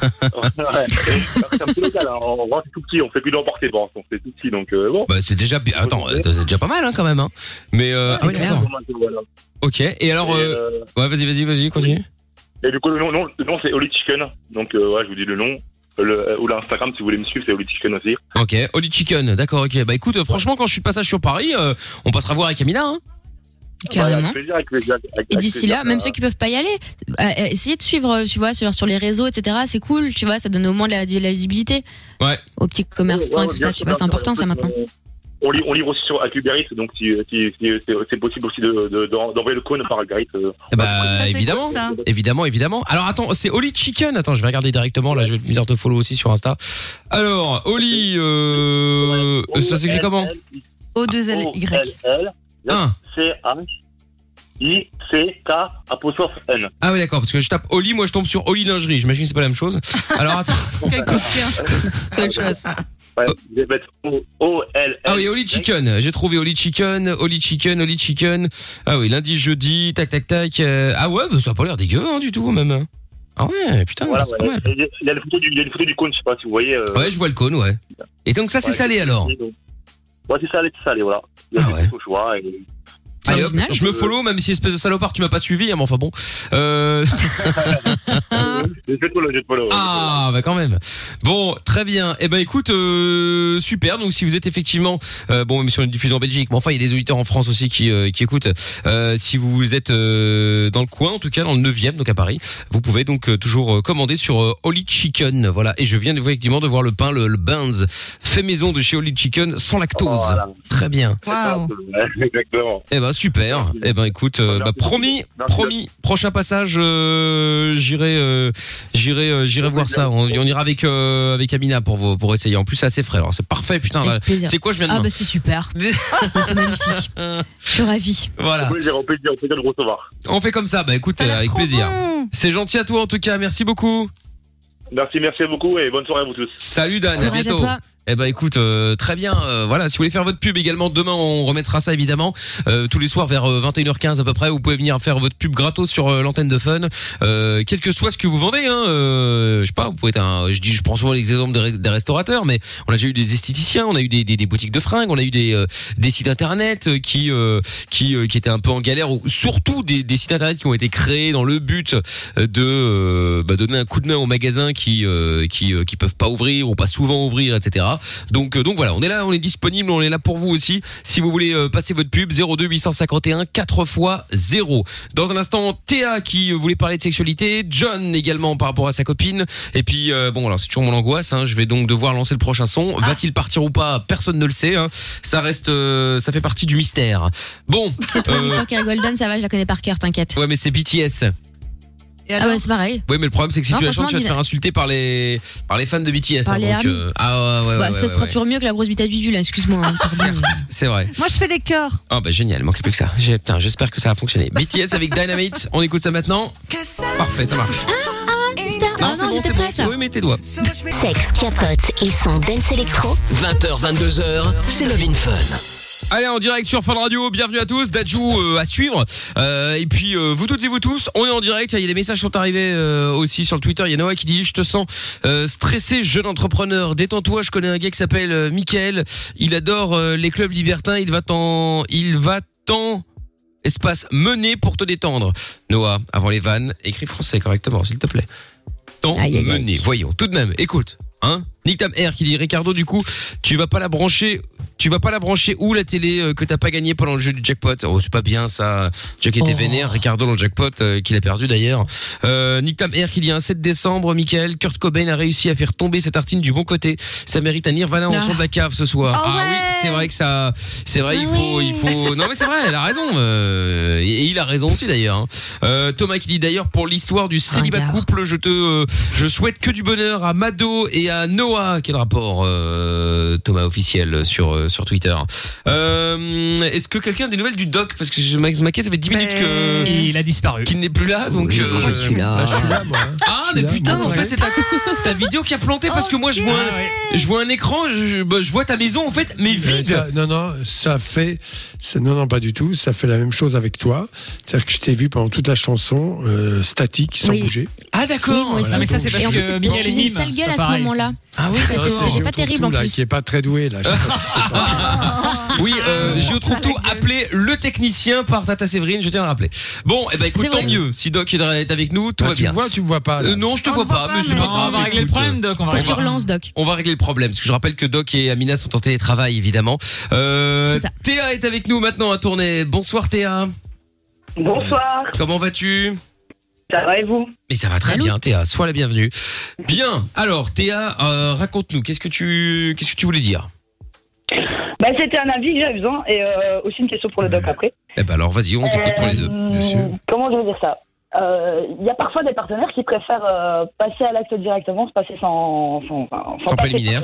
C'est un petit local. Hein. En vrai, c'est tout petit. On fait plus d'emporter. Bon, on fait tout petit. Donc bon. Bah c'est déjà. Attends, c'est déjà pas mal hein, quand même. Hein. Mais ah oui, d'accord. Ok. Et alors, ouais, vas-y, continue. Et du coup, le nom c'est Holy Chicken. Donc ouais, je vous dis le nom. Ou l'Instagram si vous voulez me suivre, c'est Holy Chicken aussi. Ok, Holy Chicken, d'accord, ok. Bah écoute, franchement, quand je suis de passage sur Paris, on passera voir avec Amina, hein. Carrément. Avec plaisir, et d'ici là, même ceux qui peuvent pas y aller, essayez de suivre, tu vois, sur les réseaux, etc. C'est cool, tu vois, ça donne au moins de la visibilité. Ouais. Aux petits commerçants et tout ça, tu vois, c'est important ça maintenant. On livre aussi avec Uber Eats, donc si c'est possible aussi d'envoyer le cône par Uber Eats. Bah évidemment, cool, évidemment. Alors attends, c'est Holy Chicken. Attends, je vais regarder directement. Là, je vais venir te follow aussi sur Insta. Alors Holy, ça s'écrit comment? O2LY. C-H-I-C-K'-N. Ah oui d'accord, parce que je tape Oli, moi je tombe sur Oli lingerie. J'imagine que c'est pas la même chose. Alors attends. C'est autre chose. Ouais, je vais mettre O-L-L. Ah oui, Holy Chicken. J'ai trouvé Holy Chicken. Ah oui, lundi, jeudi, tac. Ah ouais, bah, ça a pas l'air dégueu hein, du tout même. Ah ouais, putain, voilà, c'est pas mal. Il y a une photo du cône, je sais pas si vous voyez. Ouais, je vois le cône, ouais. Et donc ça c'est salé alors. Ouais, c'est salé, voilà. Il y a des au choix et... Allez hop, je me follow même si espèce de salopard tu m'as pas suivi, mais enfin bon. Ah bah quand même. Bon, très bien. Eh ben écoute, super. Donc si vous êtes effectivement bon, même si on est diffusé en Belgique, mais enfin il y a des auditeurs en France aussi qui écoutent. Si vous êtes dans le coin, en tout cas dans le 9e, donc à Paris, vous pouvez donc toujours commander sur Holy Chicken. Voilà. Et je viens effectivement de voir le pain, le Buns fait maison de chez Holy Chicken sans lactose. Oh, voilà. Très bien. Wow. Exactement. Eh ben super. Eh ben écoute, promis, prochain passage, j'irai voir ça. On ira avec Amina pour essayer. En plus c'est assez frais. Alors c'est parfait, putain. Là, c'est quoi je viens de. Ah bah c'est super. C'est magnifique. Je suis ravie. Voilà. On peut dire de recevoir. On fait comme ça. Bah écoute, avec plaisir. Bon. C'est gentil à toi en tout cas. Merci beaucoup. Merci beaucoup et bonne soirée à vous tous. Salut Dan, à bientôt. Eh ben écoute, très bien. Voilà, si vous voulez faire votre pub également, demain on remettra ça évidemment. Tous les soirs vers 21h15 à peu près, vous pouvez venir faire votre pub gratos sur l'antenne de Fun. Quel que soit ce que vous vendez, hein. Je sais pas, vous pouvez être je prends souvent l'exemple des restaurateurs, mais on a déjà eu des esthéticiens, on a eu des boutiques de fringues, on a eu des sites internet qui étaient un peu en galère, ou surtout des sites internet qui ont été créés dans le but de donner un coup de main aux magasins qui peuvent pas ouvrir ou pas souvent ouvrir, etc. pas. Donc voilà, on est là, on est disponible, on est là pour vous aussi. Si vous voulez passer votre pub, 02 851 4x0. Dans un instant, Théa qui voulait parler de sexualité, John également par rapport à sa copine. Et puis bon, alors c'est toujours mon angoisse. Je vais donc devoir lancer le prochain son. Va-t-il partir ou pas? Personne ne le sait. Ça reste, ça fait partie du mystère. Bon. C'est toi, Nico Golden, ça va, je la connais par cœur, t'inquiète. Ouais, mais c'est BTS. Ah ouais, c'est pareil. Oui, mais le problème c'est que si tu la chantes, tu vas te faire insulter par les fans de BTS. Par les donc, ouais, ça sera toujours mieux que la grosse bite à Dudu, là, excuse-moi. C'est vrai. Moi, je fais les chœurs. Oh bah génial, il manquait plus que ça. Putain, j'espère que ça va fonctionner. BTS avec Dynamite, on écoute ça maintenant. Parfait, ça marche. Non, c'est bon. Oui, mets tes doigts. Sexe, capote et son dance électro. 20h, 22h, c'est Love in Fun. Allez, en direct sur Fun Radio, bienvenue à tous, Dadju à suivre. Et puis vous toutes et vous tous, on est en direct, il y a des messages qui sont arrivés aussi sur le Twitter. Il y a Noah qui dit: je te sens stressé, jeune entrepreneur, détends-toi, je connais un gars qui s'appelle Mickaël, il adore les clubs libertins, il va t'en espace mener pour te détendre. Noah, avant les vannes, écris français correctement s'il te plaît. Mener, voyons, tout de même, écoute. Nick Tam R qui dit: Ricardo, du coup, tu vas pas la brancher où la télé que t'as pas gagné pendant le jeu du jackpot? Oh, c'est pas bien ça. Jack était vénère, Ricardo dans le jackpot qu'il a perdu d'ailleurs. Nick Tam R qui dit: un 7 décembre, Michael, Kurt Cobain a réussi à faire tomber sa tartine du bon côté. Ça mérite un Nirvana en son de la cave ce soir. Oui, c'est vrai que ça, c'est vrai, il faut. Non mais c'est vrai, elle a raison. Et il a raison aussi d'ailleurs. Thomas qui dit: d'ailleurs, pour l'histoire du célibat couple, je souhaite que du bonheur à Mado et à Noah. Quel rapport, Thomas officiel sur Twitter. Est-ce que quelqu'un a des nouvelles du doc? Parce que Max Maquet, ça fait 10 minutes que il a disparu, qu'il n'est plus là, donc je suis là moi. Mais putain, en fait c'est ta vidéo qui a planté parce que moi je vois un écran, je vois ta maison en fait, mais vide. Non, pas du tout. Ça fait la même chose avec toi. C'est-à-dire que je t'ai vu pendant toute la chanson statique, sans bouger. Ah d'accord. Oui, moi aussi. Mais ça c'est parce que Mickaël est une sale gueule à ce moment-là. Ah oui, j'ai pas terrible en plus. Qui est pas très doué là. Oui, je retrouve tout. Appelez le technicien par Tata Séverine, je tiens à le rappeler. Bon, écoute, tant mieux. Si Doc est avec nous, tout va bien. Tu me vois pas. Non, je te vois pas, mais c'est pas grave. On va régler le problème, Doc. Faut que tu relances, Doc. On va régler le problème, parce que je rappelle que Doc et Amina sont en télétravail, évidemment. Théa est avec nous maintenant à tourner. Bonsoir Théa. Bonsoir. Comment vas-tu? Ça va et vous? Mais ça va très bien Théa, sois la bienvenue. Bien, alors Théa, raconte-nous, qu'est-ce que tu voulais dire? C'était un avis que j'avais besoin et aussi une question pour le doc après. Alors vas-y, on t'écoute pour les deux. Bien sûr. Comment je veux dire ça? Il y a parfois des partenaires qui préfèrent passer à l'acte directement, se passer sans préliminaire.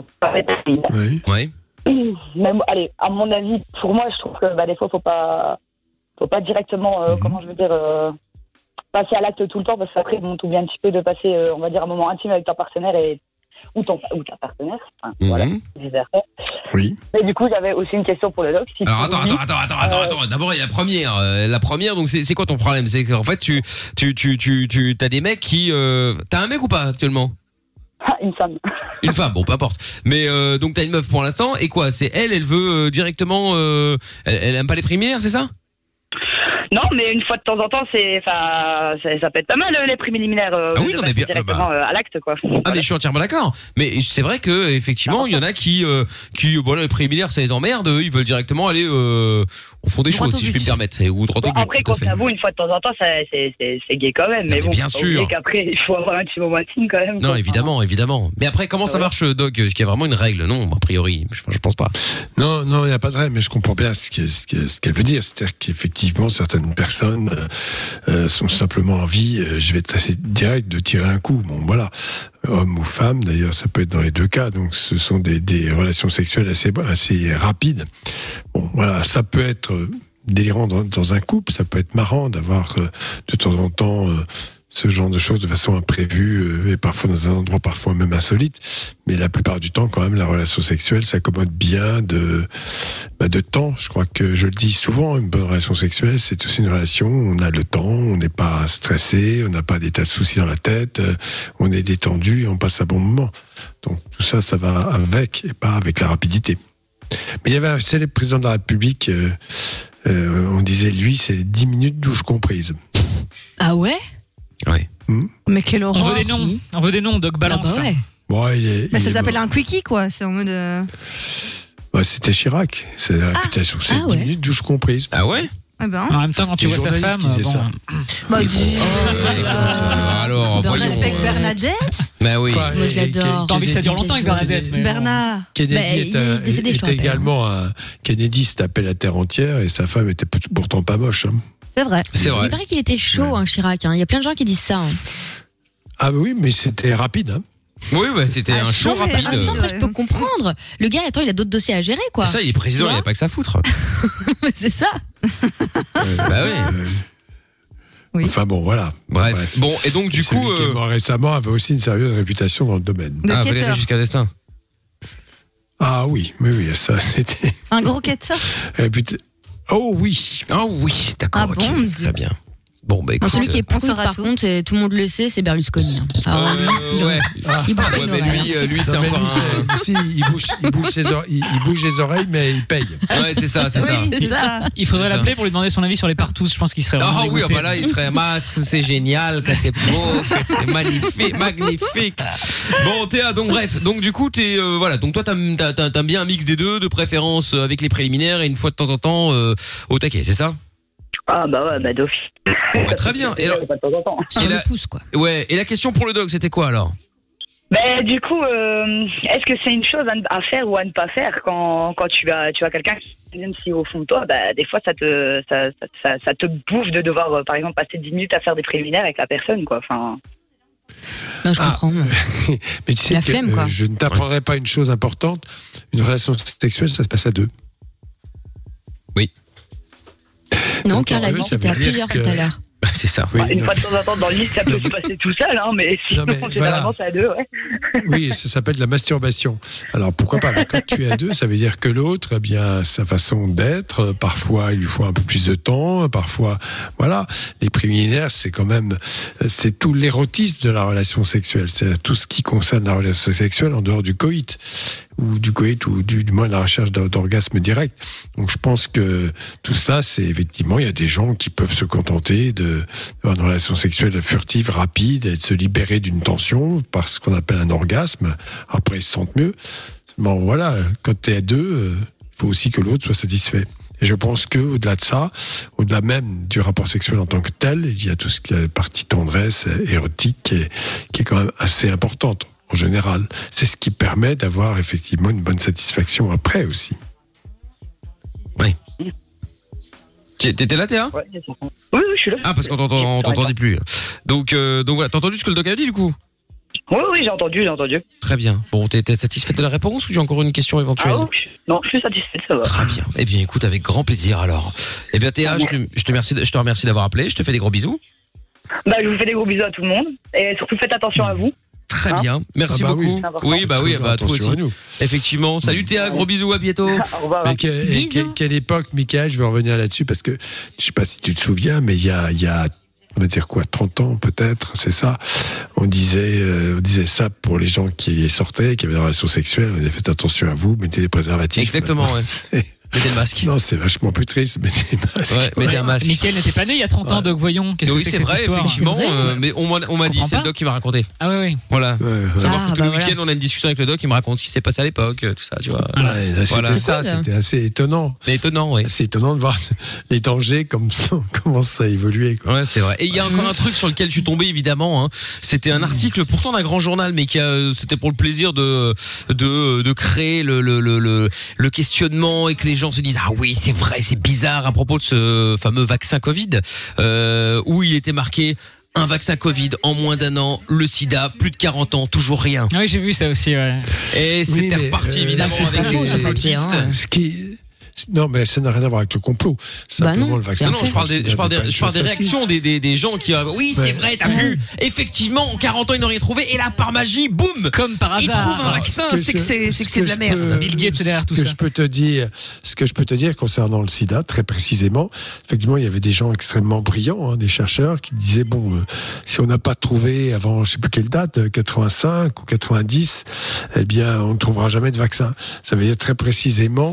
Oui. Même, allez, à mon avis, pour moi, je trouve que des fois, faut pas directement, comment je veux dire, passer à l'acte tout le temps, parce qu'après, bon, t'oublies un petit peu de passer, on va dire, un moment intime avec ton partenaire ou ta partenaire. Voilà, vice-versa. Oui. Mais du coup, j'avais aussi une question pour le doc. Alors attends. D'abord, il y a la première. Donc c'est quoi ton problème? C'est qu'en fait, tu t'as des mecs qui, t'as un mec ou pas actuellement? Une femme. Une femme, bon, peu importe. Mais donc t'as une meuf pour l'instant. Et quoi? C'est elle veut directement. Elle aime pas les préliminaires, c'est ça? Non, mais une fois de temps en temps, ça peut être pas mal les préliminaires. Non, mais bien directement à l'acte, quoi. Ah, mais je suis entièrement d'accord. Mais c'est vrai que effectivement, il y en a qui voilà, les préliminaires, ça les emmerde. Ils veulent directement aller au fond des choses, si je puis me permettre, ou droit au but. Après, quand t'avoues une fois de temps en temps, c'est gay quand même. Mais bon, bien sûr. Qu'après, il faut avoir un petit moment intime quand même. Non, évidemment. Mais après, comment ça marche, Doc? Est-ce qu'il y a vraiment une règle? Non, a priori, je pense pas. Non, il n'y a pas de règle, mais je comprends bien ce qu'elle veut dire. C'est-à-dire qu'effectivement, certaines personnes sont simplement envie, je vais être assez direct, de tirer un coup. Bon, voilà. Homme ou femme, d'ailleurs, ça peut être dans les deux cas. Donc, ce sont des relations sexuelles assez rapides. Bon, voilà, ça peut être délirant dans un couple, ça peut être marrant d'avoir de temps en temps ce genre de choses de façon imprévue et parfois dans un endroit parfois même insolite. Mais la plupart du temps, quand même, la relation sexuelle s'accommode bien de temps. Je crois que je le dis souvent, une bonne relation sexuelle, c'est aussi une relation où on a le temps, on n'est pas stressé, on n'a pas des tas de soucis dans la tête, on est détendu et on passe un bon moment. Donc tout ça, ça va avec et pas avec la rapidité. Mais il y avait un célèbre président de la République, on disait, lui, c'est 10 minutes douche comprise. Ah ouais? Ouais. Mais quelle horreur. On veut des noms, Doc, balance. Ah bah ouais. Bon, ça s'appelle un quickie, quoi. C'est en mode. C'était Chirac. C'est la réputation. C'est 10 minutes douche comprise. Ah ouais? Ah ben. En même temps, quand tu vois sa femme. Alors, voyons. Avec Bernadette. Bah oui. Moi, je l'adore. T'as envie que ça dure longtemps avec Bernadette. Bernard. Kennedy était également un. Kennedy se tapait la terre entière et sa femme était pourtant pas moche. Hein. C'est vrai. Il paraît qu'il était chaud, Chirac. Il y a plein de gens qui disent ça. Ah oui, mais c'était rapide. Hein. Oui, c'était un show rapide. En même temps, je peux comprendre. Le gars, il a d'autres dossiers à gérer, quoi. C'est ça, il est président, il n'y a pas que ça à foutre. C'est ça. Bah oui. Enfin bon, voilà. Bref. Bon, et donc du coup. Celui qui est mort récemment avait aussi une sérieuse réputation dans le domaine. Valéry Giscard d'Estaing. Ah oui, ça c'était. Un gros quêteur. Oh oui. Oh oui, d'accord. Ah bon, très bien. Bon, bah écoute. Celui qui est prouve, par contre, et tout le monde le sait, c'est Berlusconi. Il bouge pas une oreille. Lui, c'est encore il bouge les oreilles, mais il paye. Ouais, c'est ça. Il faudrait l'appeler pour lui demander son avis sur les partous. Je pense qu'il serait vraiment oui, bah là, il serait Max, c'est génial, que c'est beau, que c'est magnifique. Bon, Théa, donc bref, donc du coup, donc toi, t'as bien un mix des deux, de préférence avec les préliminaires et une fois de temps en temps au taquet, c'est ça? Ah bah ouais, d'office. Bon, bah, très bien. Et alors, pouce, quoi. Ouais. Et la question pour le dog, c'était quoi alors? Mais du coup, est-ce que c'est une chose à faire ou à ne pas faire quand tu as quelqu'un qui vient si au fond de toi, des fois ça te bouffe de devoir par exemple passer 10 minutes à faire des préliminaires avec la personne, quoi. Enfin. Non, je comprends. Mais tu sais flemme, quoi. Je ne t'apprendrai pas une chose importante. Une relation sexuelle, ça se passe à deux. Oui. Non, Karl a dit que c'était à plusieurs tout à l'heure. C'est ça. Oui, une fois de temps en temps dans le lit, ça peut se passer tout seul, mais sinon, généralement, c'est à deux, ouais. Oui, ça s'appelle la masturbation. Alors, pourquoi pas? Mais quand tu es à deux, ça veut dire que l'autre, sa façon d'être, parfois, il lui faut un peu plus de temps, parfois, voilà. Les préliminaires, c'est quand même, c'est tout l'érotisme de la relation sexuelle. C'est tout ce qui concerne la relation sexuelle en dehors du coït. Ou du moins de la recherche d'orgasme direct. Donc je pense que tout ça, c'est effectivement, il y a des gens qui peuvent se contenter d'avoir une relation sexuelle furtive, rapide, et de se libérer d'une tension par ce qu'on appelle un orgasme. Après, ils se sentent mieux. Bon, voilà, quand t'es à deux, il faut aussi que l'autre soit satisfait. Et je pense que au-delà de ça, au-delà même du rapport sexuel en tant que tel, il y a tout ce qui est la partie tendresse, érotique, qui est quand même assez importante. En général, c'est ce qui permet d'avoir effectivement une bonne satisfaction après aussi. Oui. T'étais là, Théa? Ouais, c'est ça. Oui, je suis là. Ah, parce qu'on t'entendait plus. Donc voilà, t'as entendu ce que le doc a dit du coup? Oui, j'ai entendu. Très bien. Bon, t'es satisfaite de la réponse ou j'ai encore une question éventuelle? Non, je suis satisfaite, ça va. Très bien. Eh bien, écoute, avec grand plaisir alors. Eh bien, Théa, je te remercie d'avoir appelé. Je te fais des gros bisous. Je vous fais des gros bisous à tout le monde et surtout faites attention à vous. Très bien, merci beaucoup. Oui, toi aussi. Effectivement. Salut Théa, gros bisous, à bientôt. Au revoir. Mais quelle époque, Mickaël, je vais revenir là-dessus parce que je sais pas si tu te souviens, mais il y a on va dire quoi, 30 ans peut-être, c'est ça. On disait ça pour les gens qui sortaient, qui avaient des relations sexuelles. On disait faites attention à vous, mettez des préservatifs. Exactement, ouais. Mettez le masque. Non, c'est vachement plus triste, mettez le masque. Ouais, mettez un masque. Mickaël n'était pas né il y a 30 ans, Doc, voyons. Qu'est-ce que c'est que cette histoire? Effectivement, mais on m'a dit, c'est le Doc qui m'a raconté. Ah oui. Voilà. Savoir que tout le week-end, on a une discussion avec le Doc, il me raconte ce qui s'est passé à l'époque, tout ça, tu vois. C'était assez étonnant. C'est étonnant, oui. C'est étonnant de voir les dangers, comment ça a évolué, quoi. Ouais, c'est vrai. Et il y a encore un truc sur lequel je suis tombé, évidemment, C'était un article, pourtant d'un grand journal, mais c'était pour le plaisir de créer le questionnement et que les gens se disent, ah oui, c'est vrai, c'est bizarre à propos de ce fameux vaccin Covid, où il était marqué un vaccin Covid en moins d'un an, le sida, plus de 40 ans, toujours rien. Oui, j'ai vu ça aussi, ouais. Et c'était reparti évidemment avec les complotistes. Non, mais ça n'a rien à voir avec le complot. Simplement, le vaccin. Non, je parle des réactions des gens qui. Oui, c'est vrai, t'as vu. Effectivement, en 40 ans, ils n'ont rien trouvé. Et là, par magie, boum, comme par hasard, ils trouvent un vaccin. C'est que c'est de la merde. Bill Gates est derrière tout ça. Ce que je peux te dire concernant le sida, très précisément, effectivement, il y avait des gens extrêmement brillants, des chercheurs, qui disaient si on n'a pas trouvé avant, je sais plus quelle date, 85 ou 90, eh bien, on ne trouvera jamais de vaccin. Ça veut dire très précisément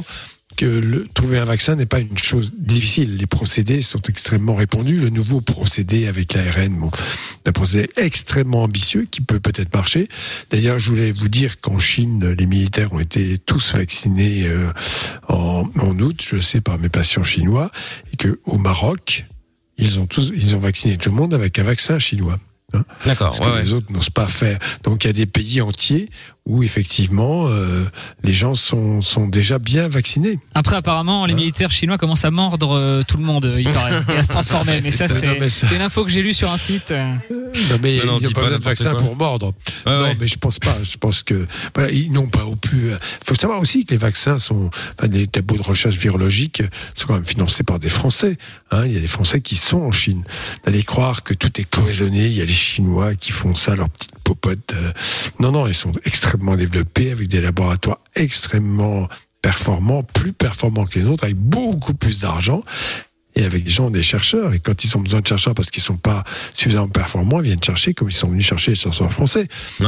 que trouver un vaccin n'est pas une chose difficile. Les procédés sont extrêmement répandus. Le nouveau procédé avec l'ARN, c'est un procédé extrêmement ambitieux qui peut-être marcher. D'ailleurs, je voulais vous dire qu'en Chine, les militaires ont été tous vaccinés en août, je sais, par mes patients chinois, et qu'au Maroc, ils ont vacciné tout le monde avec un vaccin chinois. D'accord. Parce que les autres n'osent pas faire. Donc il y a des pays entiers où effectivement les gens sont déjà bien vaccinés. Après, apparemment, les militaires chinois commencent à mordre tout le monde, il paraît, et à se transformer. Mais ça, c'est une info que j'ai lue sur un site. Non, mais il n'y a pas besoin de vaccin pour mordre. Mais je pense pas. Je pense que ils n'ont pas au plus. Faut savoir aussi que les vaccins les tableaux de recherche virologique sont quand même financés par des Français. Il y a des Français qui sont en Chine. D'aller croire que tout est cloisonné, il y a les Chinois qui font ça, leurs petites popotes. Non, ils sont extrêmement développés avec des laboratoires extrêmement performants, plus performants que les nôtres, avec beaucoup plus d'argent. Et avec des chercheurs. Et quand ils ont besoin de chercheurs parce qu'ils ne sont pas suffisamment performants, ils viennent chercher comme ils sont venus chercher les chercheurs français.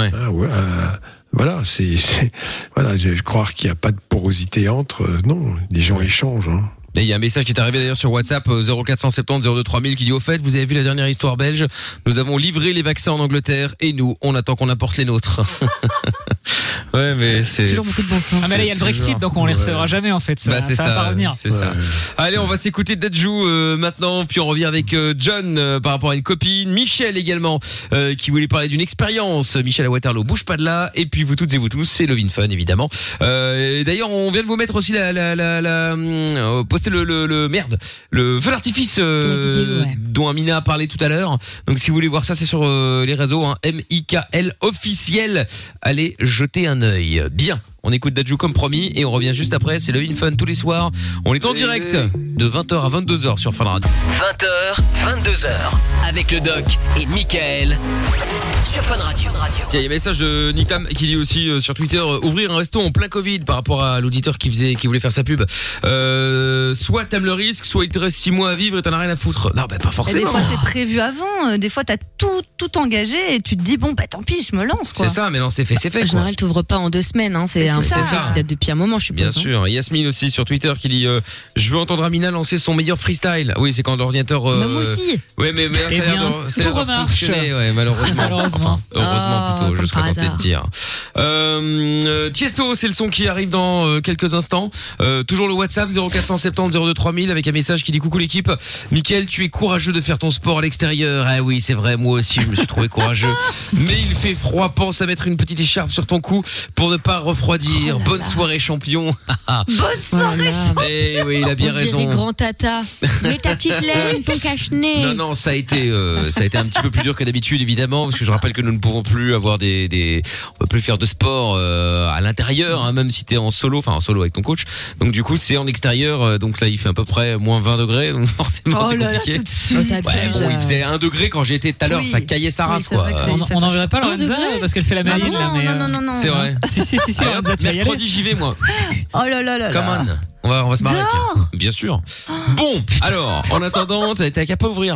Voilà, voilà, je vais croire qu'il n'y a pas de porosité entre. Non, les gens échangent. Et il y a un message qui est arrivé d'ailleurs sur WhatsApp 0470 02 3000 qui dit au fait, vous avez vu la dernière histoire belge, nous avons livré les vaccins en Angleterre et nous, on attend qu'on apporte les nôtres. Ouais, mais c'est toujours beaucoup de bon sens. Mais là il y a le Brexit, donc on les recevra jamais en fait. Ça va pas revenir. C'est ça. Allez, on va s'écouter Dadju maintenant, puis on revient avec John par rapport à une copine, Michel également qui voulait parler d'une expérience. Michel à Waterloo, bouge pas de là. Et puis vous toutes et vous tous, c'est Love in Fun évidemment. Et d'ailleurs, on vient de vous mettre aussi poster le feu d'artifice dont Amina a parlé tout à l'heure. Donc si vous voulez voir ça, c'est sur les réseaux MIKL officiel. Allez jeter un œil. Bien. On écoute Dadju comme promis et on revient juste après. C'est Love in Fun tous les soirs. On est en direct de 20h à 22h sur Fun Radio. 20h, 22h avec le doc et Mickaël sur Fun Radio. Tiens, il y a un message de Nikam qui dit aussi sur Twitter ouvrir un resto en plein Covid par rapport à l'auditeur qui voulait faire sa pub. Soit t'aimes le risque, soit il te reste 6 mois à vivre et t'en as rien à foutre. Non, pas forcément. Et des fois c'est prévu avant. Des fois t'as tout engagé et tu te dis bon tant pis, je me lance quoi. C'est ça, mais non, c'est fait. En général, t'ouvres pas en 2 semaines. C'est un ça qui date depuis un moment, je suppose. Bien sûr. Yasmine aussi sur Twitter qui dit je veux entendre Amina lancer son meilleur freestyle. Oui, c'est quand l'ordinateur. Moi aussi. Ouais, mais ça a l'air de fonctionner. Ouais, malheureusement. Heureusement plutôt. Je serais tenté de dire. Tiesto, c'est le son qui arrive dans quelques instants. Toujours le WhatsApp 0470 02 3000 avec un message qui dit coucou l'équipe. Mickaël, tu es courageux de faire ton sport à l'extérieur. Ah oui, c'est vrai. Moi aussi, je me suis trouvé courageux. Mais il fait froid. Pense à mettre une petite écharpe sur ton cou pour ne pas refroidir. Bonne soirée champion. Bonne soirée champion. Eh oui, il a bien raison. On dirait grand tata. Mets ta petite laine, ton cache-nez. Non, ça a été un petit peu plus dur que d'habitude évidemment parce que je rappelle que nous ne pouvons plus avoir on peut plus faire de sport à l'intérieur même si t'es en solo avec ton coach. Donc du coup, c'est en extérieur donc là il fait à peu près moins 20 degrés donc forcément c'est compliqué. Il faisait 1 degré quand j'y étais tout à l'heure, ça caillait sa race quoi. On n'enverrait pas Lorenza parce qu'elle fait la maline là mais non. C'est vrai. Si mercredi j'y vais moi. Oh là. Come on. On va se marrer. Bien sûr. Bon, alors, en attendant, t'as qu'à pas ouvrir.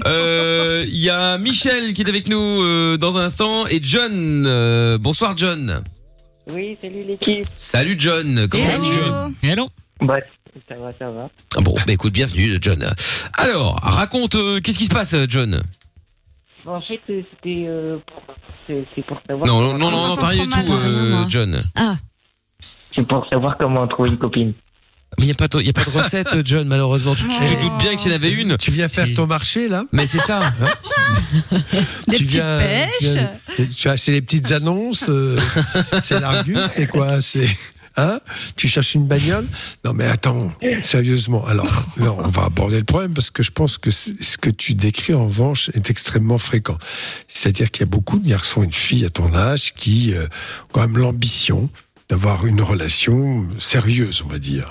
Il y a Michel qui est avec nous dans un instant et John. Bonsoir John. Oui, salut l'équipe. Salut John. Comment vas-tu John? Hello. Ça va. Bon, écoute, bienvenue John. Alors, raconte, qu'est-ce qui se passe John? Bon, en fait, c'est pour savoir... Non, t'as rien du tout John. Ah. C'est pour savoir comment trouver une copine. Mais il y a pas de recette John malheureusement. Tu te doutes bien que s'il y en avait une. Tu viens faire ton marché là? Mais c'est ça. Des petites pêches. C'est les petites annonces. C'est l'Argus, c'est quoi? Tu cherches une bagnole? Non mais attends, sérieusement. Alors, on va aborder le problème parce que je pense que ce que tu décris en revanche est extrêmement fréquent. C'est-à-dire qu'il y a beaucoup de garçons et de filles à ton âge qui ont quand même l'ambition d'avoir une relation sérieuse, on va dire.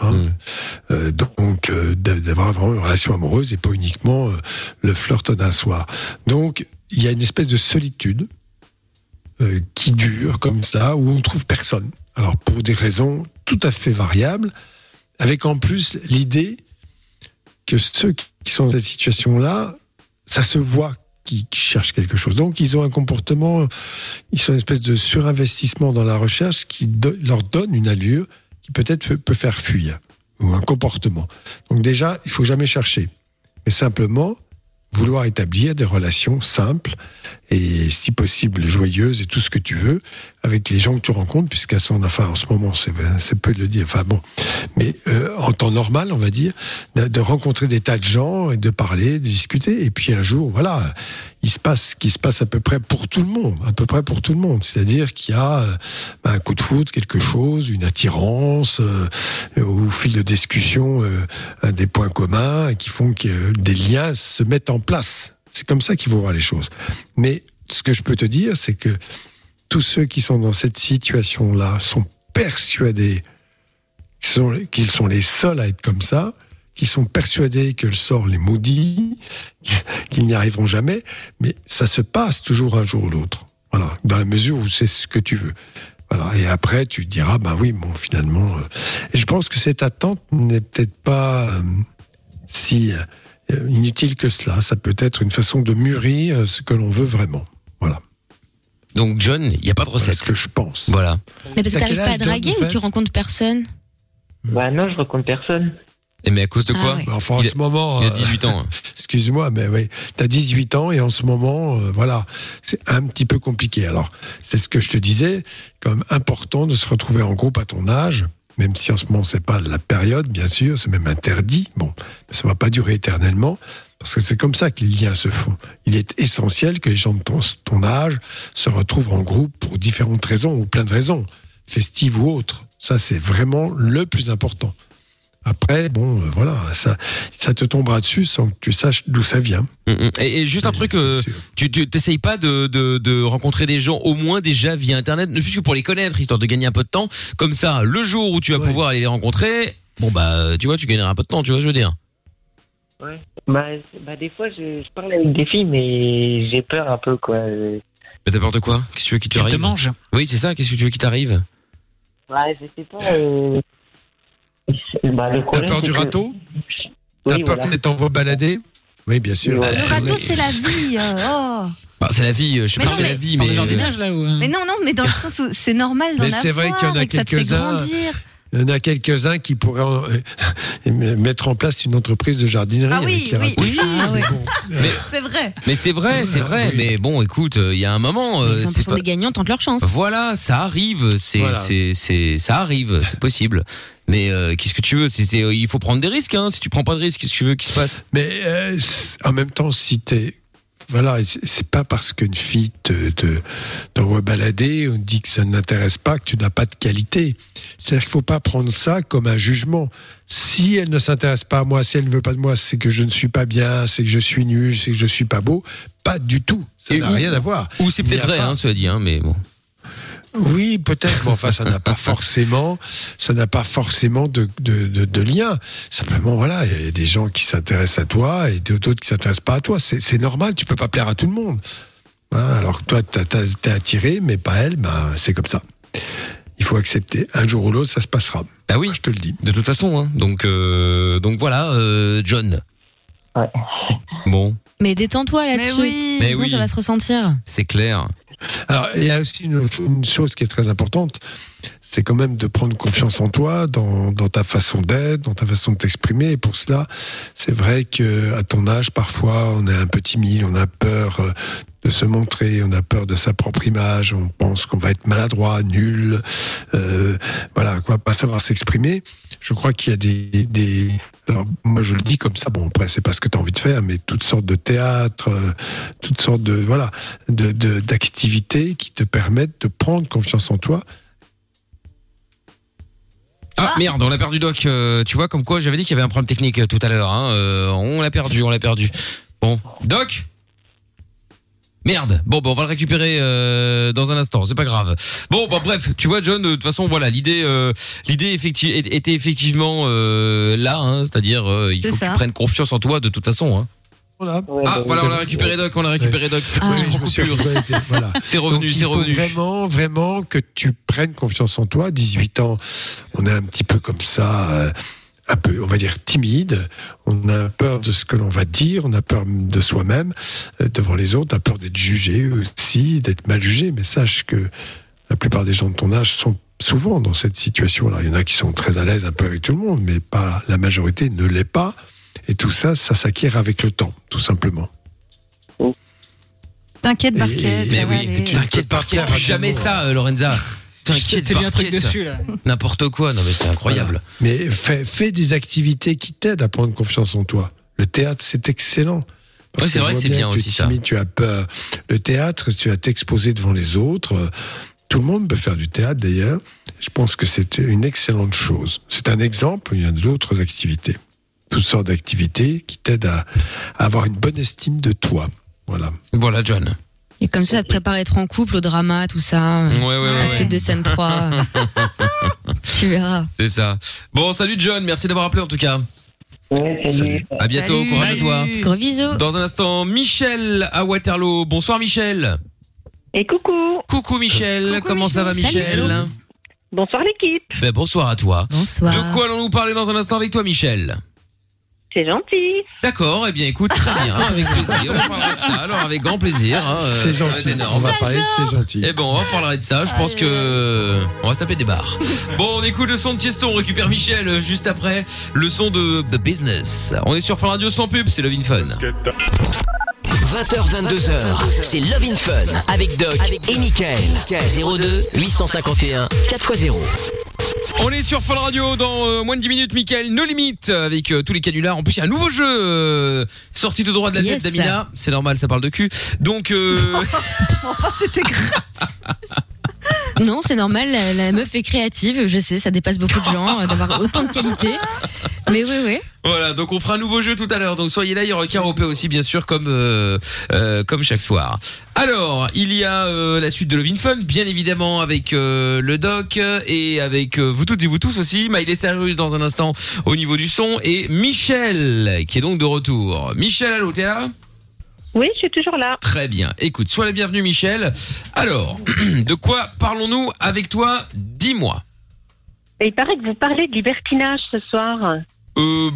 Donc, d'avoir vraiment une relation amoureuse et pas uniquement le flirt d'un soir. Donc, il y a une espèce de solitude qui dure comme ça, où on trouve personne. Alors, pour des raisons tout à fait variables, avec en plus l'idée que ceux qui sont dans cette situation-là, ça se voit qui cherchent quelque chose. Donc, ils ont un comportement, ils sont une espèce de surinvestissement dans la recherche qui leur donne une allure qui peut-être peut faire fuir. ou un comportement. Donc déjà, il faut jamais chercher, mais simplement vouloir établir des relations simples et, si possible, joyeuses et tout ce que tu veux avec les gens que tu rencontres, en ce moment, c'est peu de le dire, mais en temps normal, on va dire, de rencontrer des tas de gens et de parler, de discuter, et puis un jour, voilà, il se passe ce qui se passe à peu près pour tout le monde, c'est-à-dire qu'il y a un coup de foudre, quelque chose, une attirance, au fil de discussion, des points communs qui font que des liens se mettent en place. C'est comme ça qu'il faut voir les choses. Mais ce que je peux te dire, c'est que tous ceux qui sont dans cette situation-là sont persuadés qu'ils sont les seuls à être comme ça, qui sont persuadés que le sort les maudit, qu'ils n'y arriveront jamais, mais ça se passe toujours un jour ou l'autre. Voilà, dans la mesure où c'est ce que tu veux. Voilà, et après tu te diras, finalement. Et je pense que cette attente n'est peut-être pas si inutile que cela. Ça peut être une façon de mûrir ce que l'on veut vraiment. Voilà. Donc John, il n'y a pas de recette. C'est ce que je pense. Voilà. Mais parce que t'arrives pas à draguer ou tu rencontres personne? Non, je rencontre personne. Et mais à cause de quoi? Ouais. Enfin, en ce moment, il a 18 ans. Excuse-moi, mais oui, t'as 18 ans et en ce moment, c'est un petit peu compliqué. Alors, c'est ce que je te disais, quand même important de se retrouver en groupe à ton âge, même si en ce moment c'est pas la période, bien sûr, c'est même interdit. Bon, ça va pas durer éternellement, parce que c'est comme ça que les liens se font. Il est essentiel que les gens de ton âge se retrouvent en groupe pour différentes raisons ou plein de raisons, festives ou autres. Ça, c'est vraiment le plus important. Après, ça te tombera dessus sans que tu saches d'où ça vient. Et juste un truc, tu t'essayes pas de rencontrer des gens au moins déjà via Internet, ne fût-ce que pour les connaître, histoire de gagner un peu de temps. Comme ça, le jour où tu vas pouvoir aller les rencontrer, tu vois, tu gagneras un peu de temps, tu vois ce que je veux dire. Ouais. Des fois, je parle avec des filles, mais j'ai peur un peu, quoi. Mais t'as peur de quoi? Qu'est-ce que tu veux qui t'arrive? Elle te mange. Oui, c'est ça. Qu'est-ce que tu veux qui t'arrive? Ouais, je sais pas. T'as peur du râteau? T'as peur qu'on t'envoie balader? Oui, bien sûr. Le râteau, c'est la vie. C'est la vie, je sais pas si c'est la vie, mais. Mais non, mais dans le sens où c'est normal d'en avoir. Mais c'est vrai qu'il y en a quelques-uns. Il y en a quelques-uns qui pourraient mettre en place une entreprise de jardinerie. Ah oui, avec les râteaux. C'est vrai. Mais c'est vrai. Mais bon, écoute, il y a un moment. 100% des gagnants tentent leur chance. Voilà, ça arrive. Ça arrive, c'est possible. Mais qu'est-ce que tu veux? Il faut prendre des risques. Si tu prends pas de risques, qu'est-ce que tu veux qu'il se passe? Mais en même temps, si t'es c'est pas parce qu'une fille t'envoie balader, on dit que ça ne l'intéresse pas, que tu n'as pas de qualité. C'est-à-dire qu'il faut pas prendre ça comme un jugement. Si elle ne s'intéresse pas à moi, si elle ne veut pas de moi, c'est que je ne suis pas bien, c'est que je suis nul, c'est que je suis pas beau. Pas du tout. Ça n'a rien à voir. Ou c'est peut-être vrai, cela dit, mais bon. Oui, peut-être, mais enfin, ça n'a pas forcément de lien. Simplement, il y a des gens qui s'intéressent à toi et d'autres qui s'intéressent pas à toi. C'est normal, tu peux pas plaire à tout le monde. Alors que toi, t'es attiré, mais pas elle, c'est comme ça. Il faut accepter. Un jour ou l'autre, ça se passera. Bah oui, je te le dis. De toute façon, Donc voilà, John. Ouais. Bon. Mais détends-toi là-dessus. Mais sinon ça va se ressentir. C'est clair. Alors, il y a aussi une chose qui est très importante, c'est quand même de prendre confiance en toi, dans ta façon d'être, dans ta façon de t'exprimer. Et pour cela, c'est vrai que à ton âge, parfois, on est un peu timide, on a peur de se montrer, on a peur de sa propre image, on pense qu'on va être maladroit, nul, pas savoir s'exprimer. Je crois qu'il y a alors, moi je le dis comme ça, après c'est pas ce que tu as envie de faire, mais toutes sortes de théâtres, toutes sortes d'activités qui te permettent de prendre confiance en toi. Ah merde, on a perdu Doc, tu vois, comme quoi j'avais dit qu'il y avait un problème technique tout à l'heure, on l'a perdu. Bon, Doc? Merde. Bon, on va le récupérer dans un instant. C'est pas grave. Bon, bref, tu vois, John. De toute façon, voilà, l'idée était effectivement là, c'est-à-dire il faut que tu prennes confiance en toi de toute façon. Voilà. On l'a récupéré, Doc. Voilà. C'est revenu. Donc, il faut vraiment que tu prennes confiance en toi. 18 ans, on est un petit peu comme ça. Un peu, on va dire, timide, on a peur de ce que l'on va dire, on a peur de soi-même devant les autres, on a peur d'être jugé aussi, d'être mal jugé, mais sache que la plupart des gens de ton âge sont souvent dans cette situation-là. Il y en a qui sont très à l'aise un peu avec tout le monde, mais pas la majorité ne l'est pas. Et tout ça, ça s'acquiert avec le temps, tout simplement. T'inquiète, Barquette. Mais oui, t'inquiète, Barquette. Plus jamais ça, Lorenza. T'inquiète, T'as mis un truc dessus, là. N'importe quoi. Non, mais c'est incroyable. Voilà. Mais fais des activités qui t'aident à prendre confiance en toi. Le théâtre, c'est excellent. Ouais, c'est vrai que c'est bien aussi, tu es timide, tu as peur. Le théâtre, tu vas t'exposer devant les autres. Tout le monde peut faire du théâtre, d'ailleurs. Je pense que c'est une excellente chose. C'est un exemple, il y a d'autres activités. Toutes sortes d'activités qui t'aident à avoir une bonne estime de toi. Voilà. Voilà, John. Et comme ça te prépare à être en couple, au drama, tout ça. Acte de scène 3. Tu verras. C'est ça. Bon, salut John, merci d'avoir appelé en tout cas. Ouais, salut. À bientôt, Salut. courage à toi. Gros bisous. Dans un instant, Michel à Waterloo. Bonsoir Michel. Et coucou. Coucou Michel, Coucou, comment ça va Michel? Salut. Bonsoir l'équipe. Ben, bonsoir à toi. Bonsoir. De quoi allons-nous parler dans un instant avec toi Michel? C'est gentil. D'accord, eh bien écoute, très bien, avec plaisir, on parlera de ça, alors avec grand plaisir. C'est gentil, on va parler de c'est gentil. Eh ben on va parler de ça, je pense que on va se taper des barres. Bon, on écoute le son de Tiesto, on récupère Michel juste après le son de The Business. On est sur Fun Radio sans pub, c'est Love in Fun. 20h, 22h, c'est Love in Fun avec Doc et Mickaël. 02 851 4x0. On est sur Fun Radio dans moins de 10 minutes, Mickaël, No Limit, avec tous les canulars. En plus, il y a un nouveau jeu sorti tout droit de la tête d'Amina. C'est normal, ça parle de cul. Donc... C'était grave. Non, c'est normal, la meuf est créative, je sais, ça dépasse beaucoup de gens d'avoir autant de qualité. Mais oui. Voilà, donc on fera un nouveau jeu tout à l'heure. Donc soyez là, il y aura le karaopé aussi, bien sûr, comme chaque soir. Alors, il y a la suite de Love in Fun, bien évidemment, avec le doc et avec vous toutes et vous tous aussi. Miley Cyrus dans un instant au niveau du son et Michel qui est donc de retour. Michel, allô, t'es là ? Oui, je suis toujours là. Très bien. Écoute, sois la bienvenue, Michel. Alors, de quoi parlons-nous avec toi ? Dis-moi. Et il paraît que vous parlez de libertinage ce soir. Non,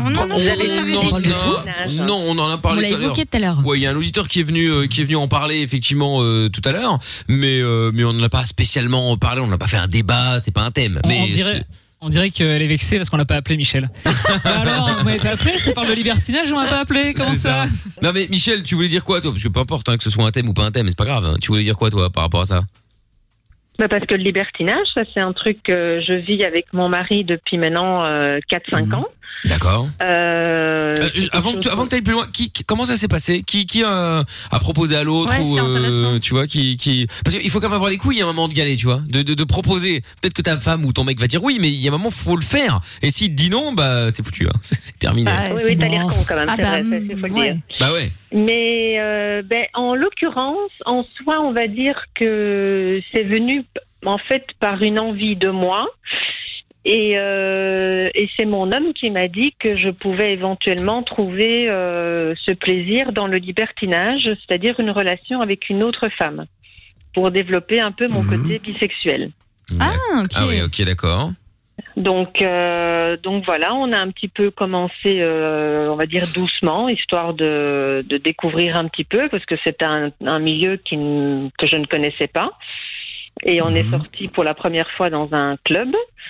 on en a parlé tout à l'heure. On l'a évoqué tout à l'heure. Ouais, il y a un auditeur qui est venu en parler effectivement tout à l'heure, mais on n'en a pas spécialement parlé, on n'a pas fait un débat, c'est pas un thème. On dirait qu'elle est vexée parce qu'on l'a pas appelé Michel. Alors, on m'avait pas appelé, ça parle de libertinage, on m'a pas appelé, comment ça ? Non mais Michel, tu voulais dire quoi toi ? Parce que peu importe que ce soit un thème ou pas un thème, c'est pas grave. Hein. Tu voulais dire quoi toi par rapport à ça ? Parce que le libertinage, ça c'est un truc que je vis avec mon mari depuis maintenant 4-5 ans. D'accord. Avant que tu ailles plus loin, comment ça s'est passé ? Qui a proposé à l'autre ou tu vois parce qu'il faut quand même avoir les couilles à un moment de galer, tu vois, de proposer. Peut-être que ta femme ou ton mec va dire oui, mais il y a un moment faut le faire. Et s'il te dit non, bah c'est foutu, hein. C'est terminé. Oui, t'as l'air con quand même, c'est vrai, c'est faut le dire. Bah ouais. Mais en l'occurrence, en soi, on va dire que c'est venu en fait par une envie de moi. Et c'est mon homme qui m'a dit que je pouvais éventuellement trouver ce plaisir dans le libertinage, c'est-à-dire une relation avec une autre femme, pour développer un peu mon côté bisexuel. Ah, ok. Ah oui, ok, d'accord. Donc voilà, on a un petit peu commencé, on va dire doucement, histoire de découvrir un petit peu, parce que c'est un milieu que je ne connaissais pas. Et on est sorti pour la première fois dans un club.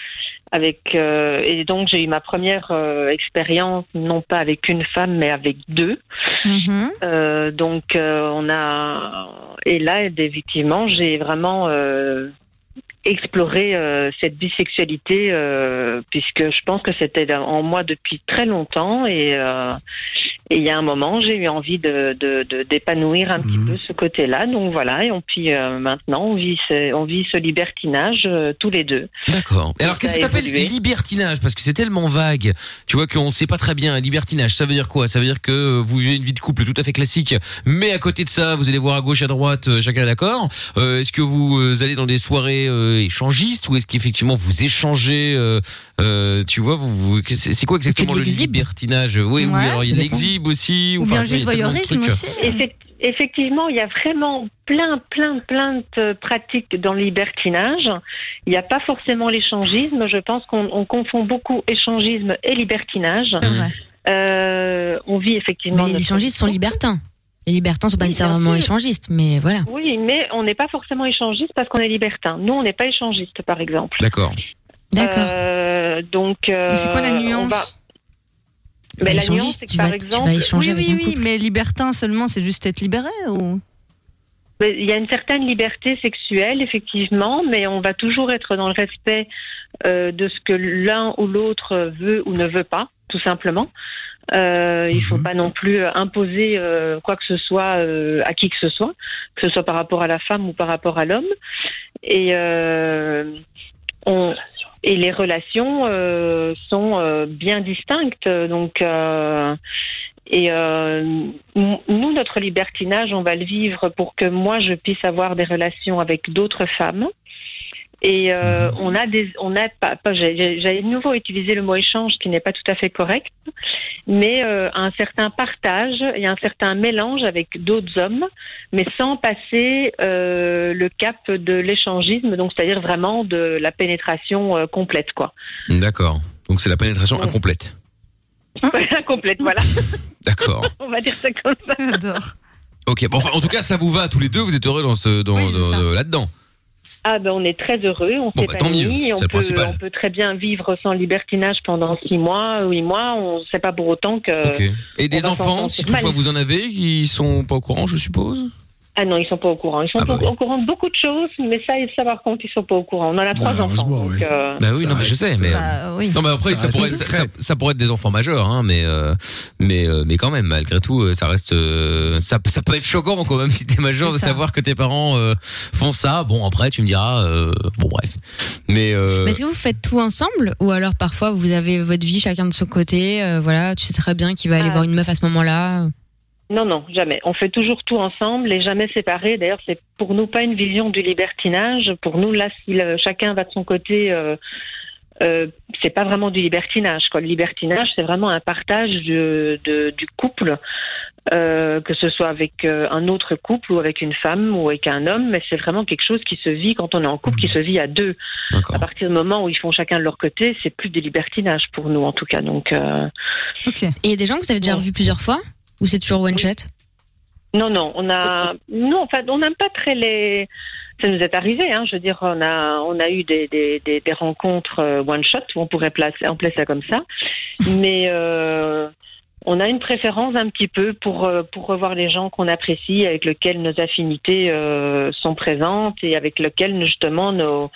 Et donc j'ai eu ma première expérience non pas avec une femme mais avec deux. Et là effectivement j'ai vraiment exploré cette bisexualité puisque je pense que c'était en moi depuis très longtemps et il y a un moment j'ai eu envie d'épanouir un petit peu ce côté-là, donc voilà, et puis maintenant on vit ce libertinage tous les deux. D'accord. Et alors qu'est-ce que tu appelles libertinage, parce que c'est tellement vague, tu vois, qu'on sait pas très bien. Libertinage, ça veut dire quoi ? Ça veut dire que vous vivez une vie de couple tout à fait classique, mais à côté de ça vous allez voir à gauche à droite, chacun est d'accord. Est-ce que vous allez dans des soirées échangistes, ou est-ce qu'effectivement vous échangez tu vois, c'est quoi exactement le libertinage ? Oui, alors il y a de l'exhibe aussi, ou bien juste voyeurisme aussi. Effectivement, il y a vraiment plein de pratiques dans le libertinage. Il n'y a pas forcément l'échangisme. Je pense qu'on confond beaucoup échangisme et libertinage. On vit effectivement. Mais les échangistes sont libertins. Les libertins sont pas nécessairement échangistes, mais voilà. Oui, mais on n'est pas forcément échangiste parce qu'on est libertin. Nous, on n'est pas échangiste, par exemple. D'accord. Donc. C'est quoi la nuance? La nuance, c'est que par exemple. Oui, mais libertin seulement, c'est juste être libéré ou? Il y a une certaine liberté sexuelle, effectivement, mais on va toujours être dans le respect de ce que l'un ou l'autre veut ou ne veut pas, tout simplement. Il faut pas non plus imposer quoi que ce soit à qui que ce soit par rapport à la femme ou par rapport à l'homme. Et les relations sont bien distinctes. Donc, nous, notre libertinage, on va le vivre pour que moi, je puisse avoir des relations avec d'autres femmes. Et j'ai de nouveau utilisé le mot échange, qui n'est pas tout à fait correct, mais un certain partage et un certain mélange avec d'autres hommes, mais sans passer le cap de l'échangisme, donc c'est-à-dire vraiment de la pénétration complète, quoi. D'accord. Donc c'est la pénétration incomplète. Incomplète, voilà. D'accord. On va dire ça comme ça. J'adore. Ok, bon, enfin, en tout cas, ça vous va tous les deux, vous êtes heureux là-dedans. Ah ben on est très heureux, on s'épanouit, on peut très bien vivre sans libertinage pendant 6 mois, 8 mois, on ne sait pas pour autant que... Ok. Et des enfants, si toutefois vous en avez, qui sont pas au courant, je suppose? Ah non, ils sont pas au courant. Ils sont au courant de beaucoup de choses, mais ça par contre, ils sont pas au courant. On en a 3 enfants. Donc, Bah oui, non, mais je sais, mais non, mais après ça pourrait être des enfants majeurs, hein, mais quand même, malgré tout, ça reste, ça peut être choquant quand même si t'es majeur de savoir que tes parents font ça. Bon, après, tu me diras, bon bref, mais est-ce que vous faites tout ensemble, ou alors parfois vous avez votre vie chacun de son côté, voilà, tu sais très bien qu'il va aller voir une meuf à ce moment-là. Non, jamais. On fait toujours tout ensemble et jamais séparés. D'ailleurs, c'est pour nous pas une vision du libertinage. Pour nous, là, si chacun va de son côté, c'est pas vraiment du libertinage, quoi. Le libertinage, c'est vraiment un partage du couple, que ce soit avec un autre couple ou avec une femme ou avec un homme, mais c'est vraiment quelque chose qui se vit quand on est en couple, qui se vit à 2. À partir du moment où ils font chacun de leur côté, c'est plus du libertinage pour nous, en tout cas. Donc. Et il y a des gens que vous avez déjà revus plusieurs fois? Ou c'est toujours one shot? Non, on n'aime pas très les. Ça nous est arrivé, hein. Je veux dire, on a eu des rencontres one shot, on pourrait placer ça comme ça, mais on a une préférence un petit peu pour revoir les gens qu'on apprécie, avec lesquels nos affinités sont présentes et avec lesquels justement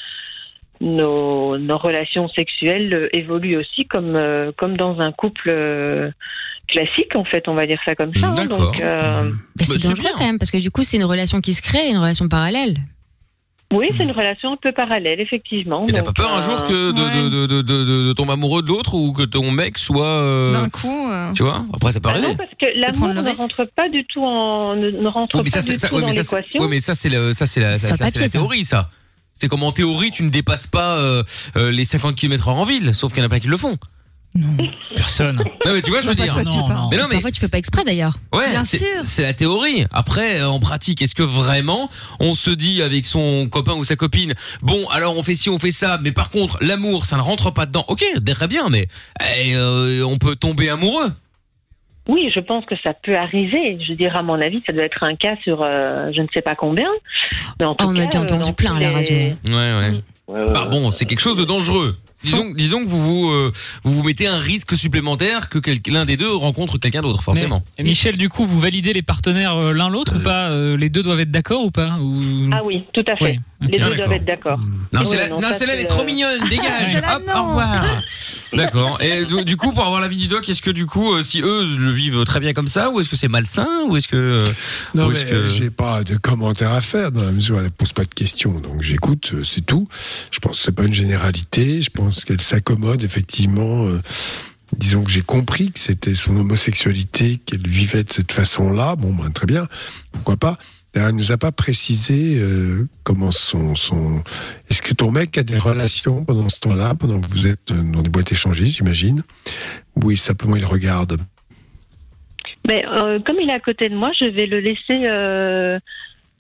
nos relations sexuelles évoluent aussi comme dans un couple classique, en fait, on va dire ça comme ça. D'accord. C'est dangereux quand même, parce que du coup, c'est une relation qui se crée, une relation parallèle. Oui, c'est une relation un peu parallèle, effectivement. Et t'as pas peur un jour que de tomber amoureux de l'autre, ou que ton mec soit d'un coup, tu vois? Après, ça peut arriver. Non, parce que l'amour ne rentre pas du tout dans l'équation. Oui, mais ça c'est la théorie, ça. C'est comme en théorie, tu ne dépasses pas les 50 km/h en ville, sauf qu'il y en a plein qui le font. Non. Personne. Non, mais tu vois, je veux dire. Mais parfois, tu fais pas exprès d'ailleurs. Ouais, c'est la théorie. Après, en pratique, est-ce que vraiment on se dit avec son copain ou sa copine, bon, alors on fait ci, on fait ça, mais par contre, l'amour, ça ne rentre pas dedans. Ok, très bien, mais on peut tomber amoureux. Oui, je pense que ça peut arriver. Je dirais, à mon avis, ça doit être un cas sur je ne sais pas combien. Mais en tout cas, on a déjà entendu plein à la radio. Ouais. Bah bon, c'est quelque chose de dangereux. Disons que vous mettez un risque supplémentaire que l'un des deux rencontre quelqu'un d'autre, forcément. Mais, Michel, du coup, vous validez les partenaires l'un l'autre ou pas? Les deux doivent être d'accord ou pas? Ah oui, tout à fait. Ouais. Les deux doivent être d'accord. Non, celle-là, elle est trop mignonne, dégage. Hop, au revoir. D'accord. Et du coup, pour avoir l'avis du doc, est-ce que du coup, si eux le vivent très bien comme ça, ou est-ce que c'est malsain, ou est-ce que non, mais j'ai pas de commentaire à faire dans la mesure où elle pose pas de questions, donc j'écoute, c'est tout. Je pense que c'est pas une généralité. Je pense qu'elle s'accommode effectivement. Disons que j'ai compris que c'était son homosexualité, qu'elle vivait de cette façon-là. Bon, ben très bien, pourquoi pas. Elle nous a pas précisé comment son. Est-ce que ton mec a des relations pendant ce temps-là, pendant que vous êtes dans des boîtes échangées, j'imagine? Oui, simplement il regarde. Mais comme il est à côté de moi, je vais le laisser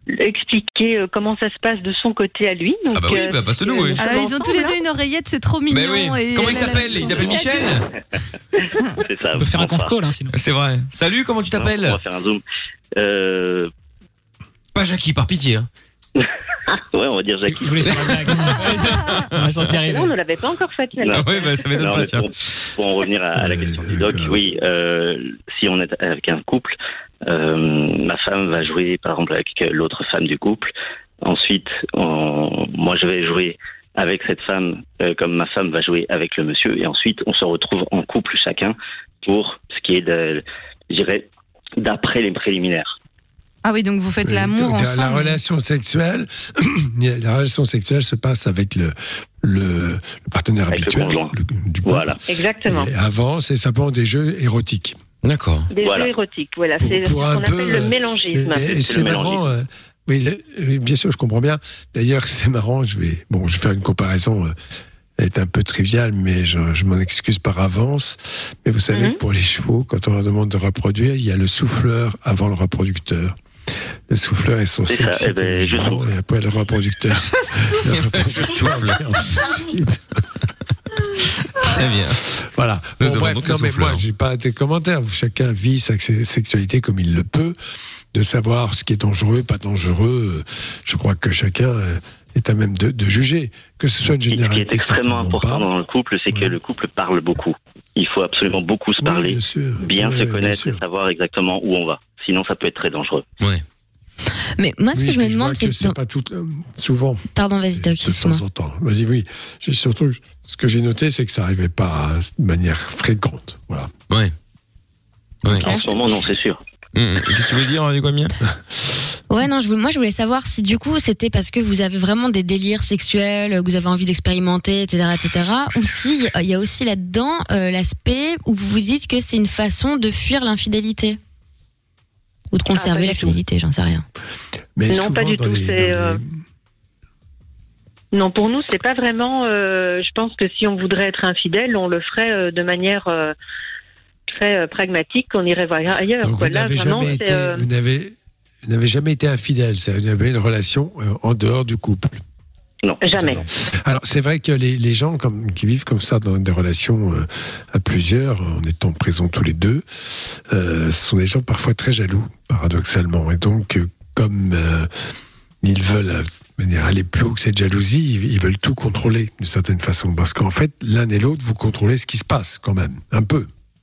expliquer comment ça se passe de son côté à lui. Donc, ah bah oui, passe-nous. Oui. Alors ils ont tous les deux une oreillette, c'est trop mignon. Mais oui. Et comment il s'appelle ? Il s'appelle Michel. C'est ça. On peut faire un conf call, hein, sinon. C'est vrai. Salut, comment tu t'appelles ? On va faire un zoom. Pas Jackie, par pitié. Hein. Ouais, on va dire Jackie. Vous voulez faire la blague. On va sentir arriver. Là, on ne l'avait pas encore faite. Ah oui, ça m'étonne pas, tiens. Pour en revenir à la question du doc, oui, si on est avec un couple, ma femme va jouer, par exemple, avec l'autre femme du couple. Ensuite, moi, je vais jouer avec cette femme, comme ma femme va jouer avec le monsieur. Et ensuite, on se retrouve en couple chacun pour ce qui est je dirais, d'après les préliminaires. Ah oui, donc vous faites l'amour ensemble. La relation sexuelle se passe avec le partenaire avec habituel du couple. Voilà. Exactement. Et avant, c'est simplement des jeux érotiques. D'accord. Des jeux érotiques, voilà. C'est ce qu'on appelle le mélangisme. Et c'est marrant. Oui, bien sûr, je comprends bien. D'ailleurs, c'est marrant. Je vais faire une comparaison. Elle est un peu triviale, mais je m'en excuse par avance. Mais vous savez que pour les chevaux, quand on leur demande de reproduire, il y a le souffleur avant le reproducteur. Le souffleur est censé exciter les chevaux, et après le reproducteur. Je souffle. Très bien. Voilà. Bon, bref, mais moi, j'ai pas des commentaires. Chacun vit sa sexualité comme il le peut. De savoir ce qui est dangereux, pas dangereux. Je crois que chacun est à même de juger. Que ce soit une généralité. Ce qui est extrêmement important dans le couple, c'est que le couple parle beaucoup. Il faut absolument beaucoup se parler, bien se connaître et savoir exactement où on va. Sinon, ça peut être très dangereux. Ouais. Mais moi, ce que je me demande, c'est pas tout souvent. Pardon, vas-y, Doc. De temps en temps. Vas-y, oui. Surtout, ce que j'ai noté, c'est que ça n'arrivait pas de manière fréquente. Voilà. Ouais. Okay. En ce moment, non, c'est sûr. Qu'est-ce que tu veux dire, Léguamien ? Ouais, non, moi je voulais savoir si du coup c'était parce que vous avez vraiment des délires sexuels, que vous avez envie d'expérimenter, etc., ou si il y a aussi là-dedans l'aspect où vous vous dites que c'est une façon de fuir l'infidélité ou de conserver la fidélité, j'en sais rien. Mais non, pas du tout. Non, pour nous, c'est pas vraiment. Je pense que si on voudrait être infidèle, on le ferait de manière très pragmatique, on irait voir ailleurs. Donc, vous n'avez jamais été infidèle, vous avez une relation en dehors du couple. Non, jamais. Alors, c'est vrai que les gens qui vivent comme ça dans des relations à plusieurs, en étant présents tous les deux, ce sont des gens parfois très jaloux, paradoxalement. Et donc, comme ils veulent aller plus haut que cette jalousie, ils veulent tout contrôler, d'une certaine façon. Parce qu'en fait, l'un et l'autre, vous contrôlez ce qui se passe, quand même, un peu.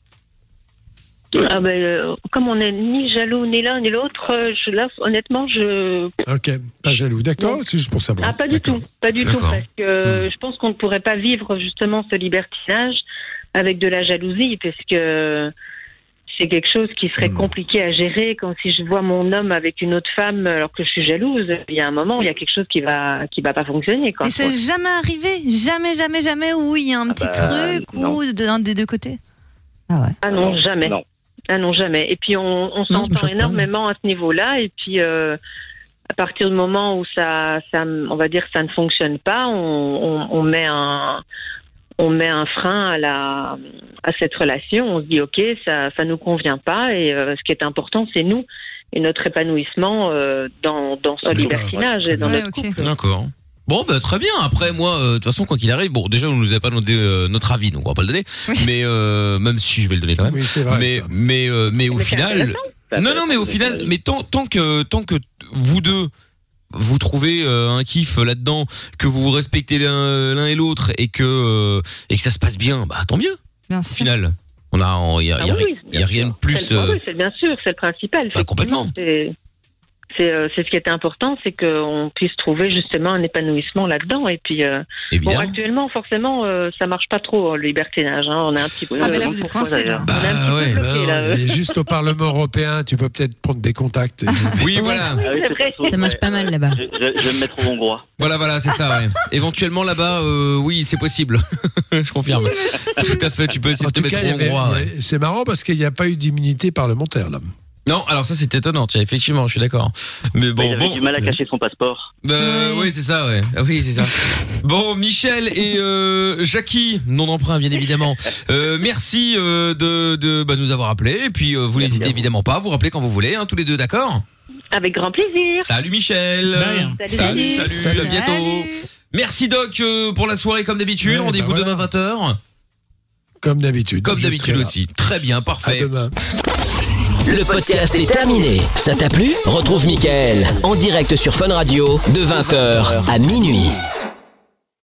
Comme on n'est ni jaloux ni l'un ni l'autre, là, honnêtement, Ok, pas jaloux, d'accord, c'est juste pour savoir. Ah, pas du tout, parce que je pense qu'on ne pourrait pas vivre justement ce libertinage avec de la jalousie, parce que c'est quelque chose qui serait compliqué à gérer. Quand si je vois mon homme avec une autre femme alors que je suis jalouse, il y a un moment, il y a quelque chose qui va pas fonctionner. Et c'est jamais arrivé, jamais où il y a un petit truc ou d'un des deux côtés. Ah ouais. Ah non, jamais. Non. Ah non, jamais. Et puis on s'entend énormément à ce niveau-là. Et puis à partir du moment où ça on va dire ça ne fonctionne pas, on met un frein à cette relation. On se dit ok, ça nous convient pas. Et ce qui est important, c'est nous et notre épanouissement dans ce libertinage et dans notre couple. D'accord. Bon, très bien. Après, moi, de toute façon, quoi qu'il arrive, bon, déjà, on nous a pas donné notre avis, donc on va pas le donner. Oui. Mais même si je vais le donner quand même. Oui, c'est vrai. Mais au final, non, mais au final, mais tant que vous deux vous trouvez un kiff là-dedans, que vous vous respectez l'un et l'autre et que ça se passe bien, tant mieux. Bien sûr. Au final, il y a rien de plus. C'est bien sûr, c'est le principal. Complètement. C'est ce qui était important, c'est qu'on puisse trouver justement un épanouissement là-dedans. Et puis, actuellement, forcément, ça marche pas trop, le libertinage. Hein. On est un petit peu... là, vous êtes coincé, là. On est un petit peu bloqué, là. Et juste au Parlement européen, tu peux peut-être prendre des contacts. Oui, voilà. C'est vrai. Ça marche pas mal, là-bas. Je vais me mettre au hongrois. Voilà, c'est ça, ouais. Éventuellement, là-bas, oui, c'est possible. Je confirme. Tout à fait, tu peux essayer de te mettre au hongrois. C'est marrant parce qu'il n'y a pas eu d'immunité parlementaire, là. Non, alors ça c'est étonnant, effectivement, je suis d'accord. Mais bon, il avait du mal à cacher son passeport. Oui, c'est ça, ouais. Ah oui, c'est ça. Bon, Michel et Jackie, nom d'emprunt bien évidemment. Merci de nous avoir appelés et puis vous n'hésitez évidemment pas à vous rappeler quand vous voulez, tous les deux, d'accord ? Avec grand plaisir. Salut Michel. Salut. À bientôt. Merci Doc pour la soirée comme d'habitude. Rendez-vous demain 20h. Comme d'habitude. Comme d'habitude aussi. Très bien, parfait. À demain. Le podcast est terminé. Ça t'a plu ? Retrouve Mickaël en direct sur Fun Radio de 20h à minuit.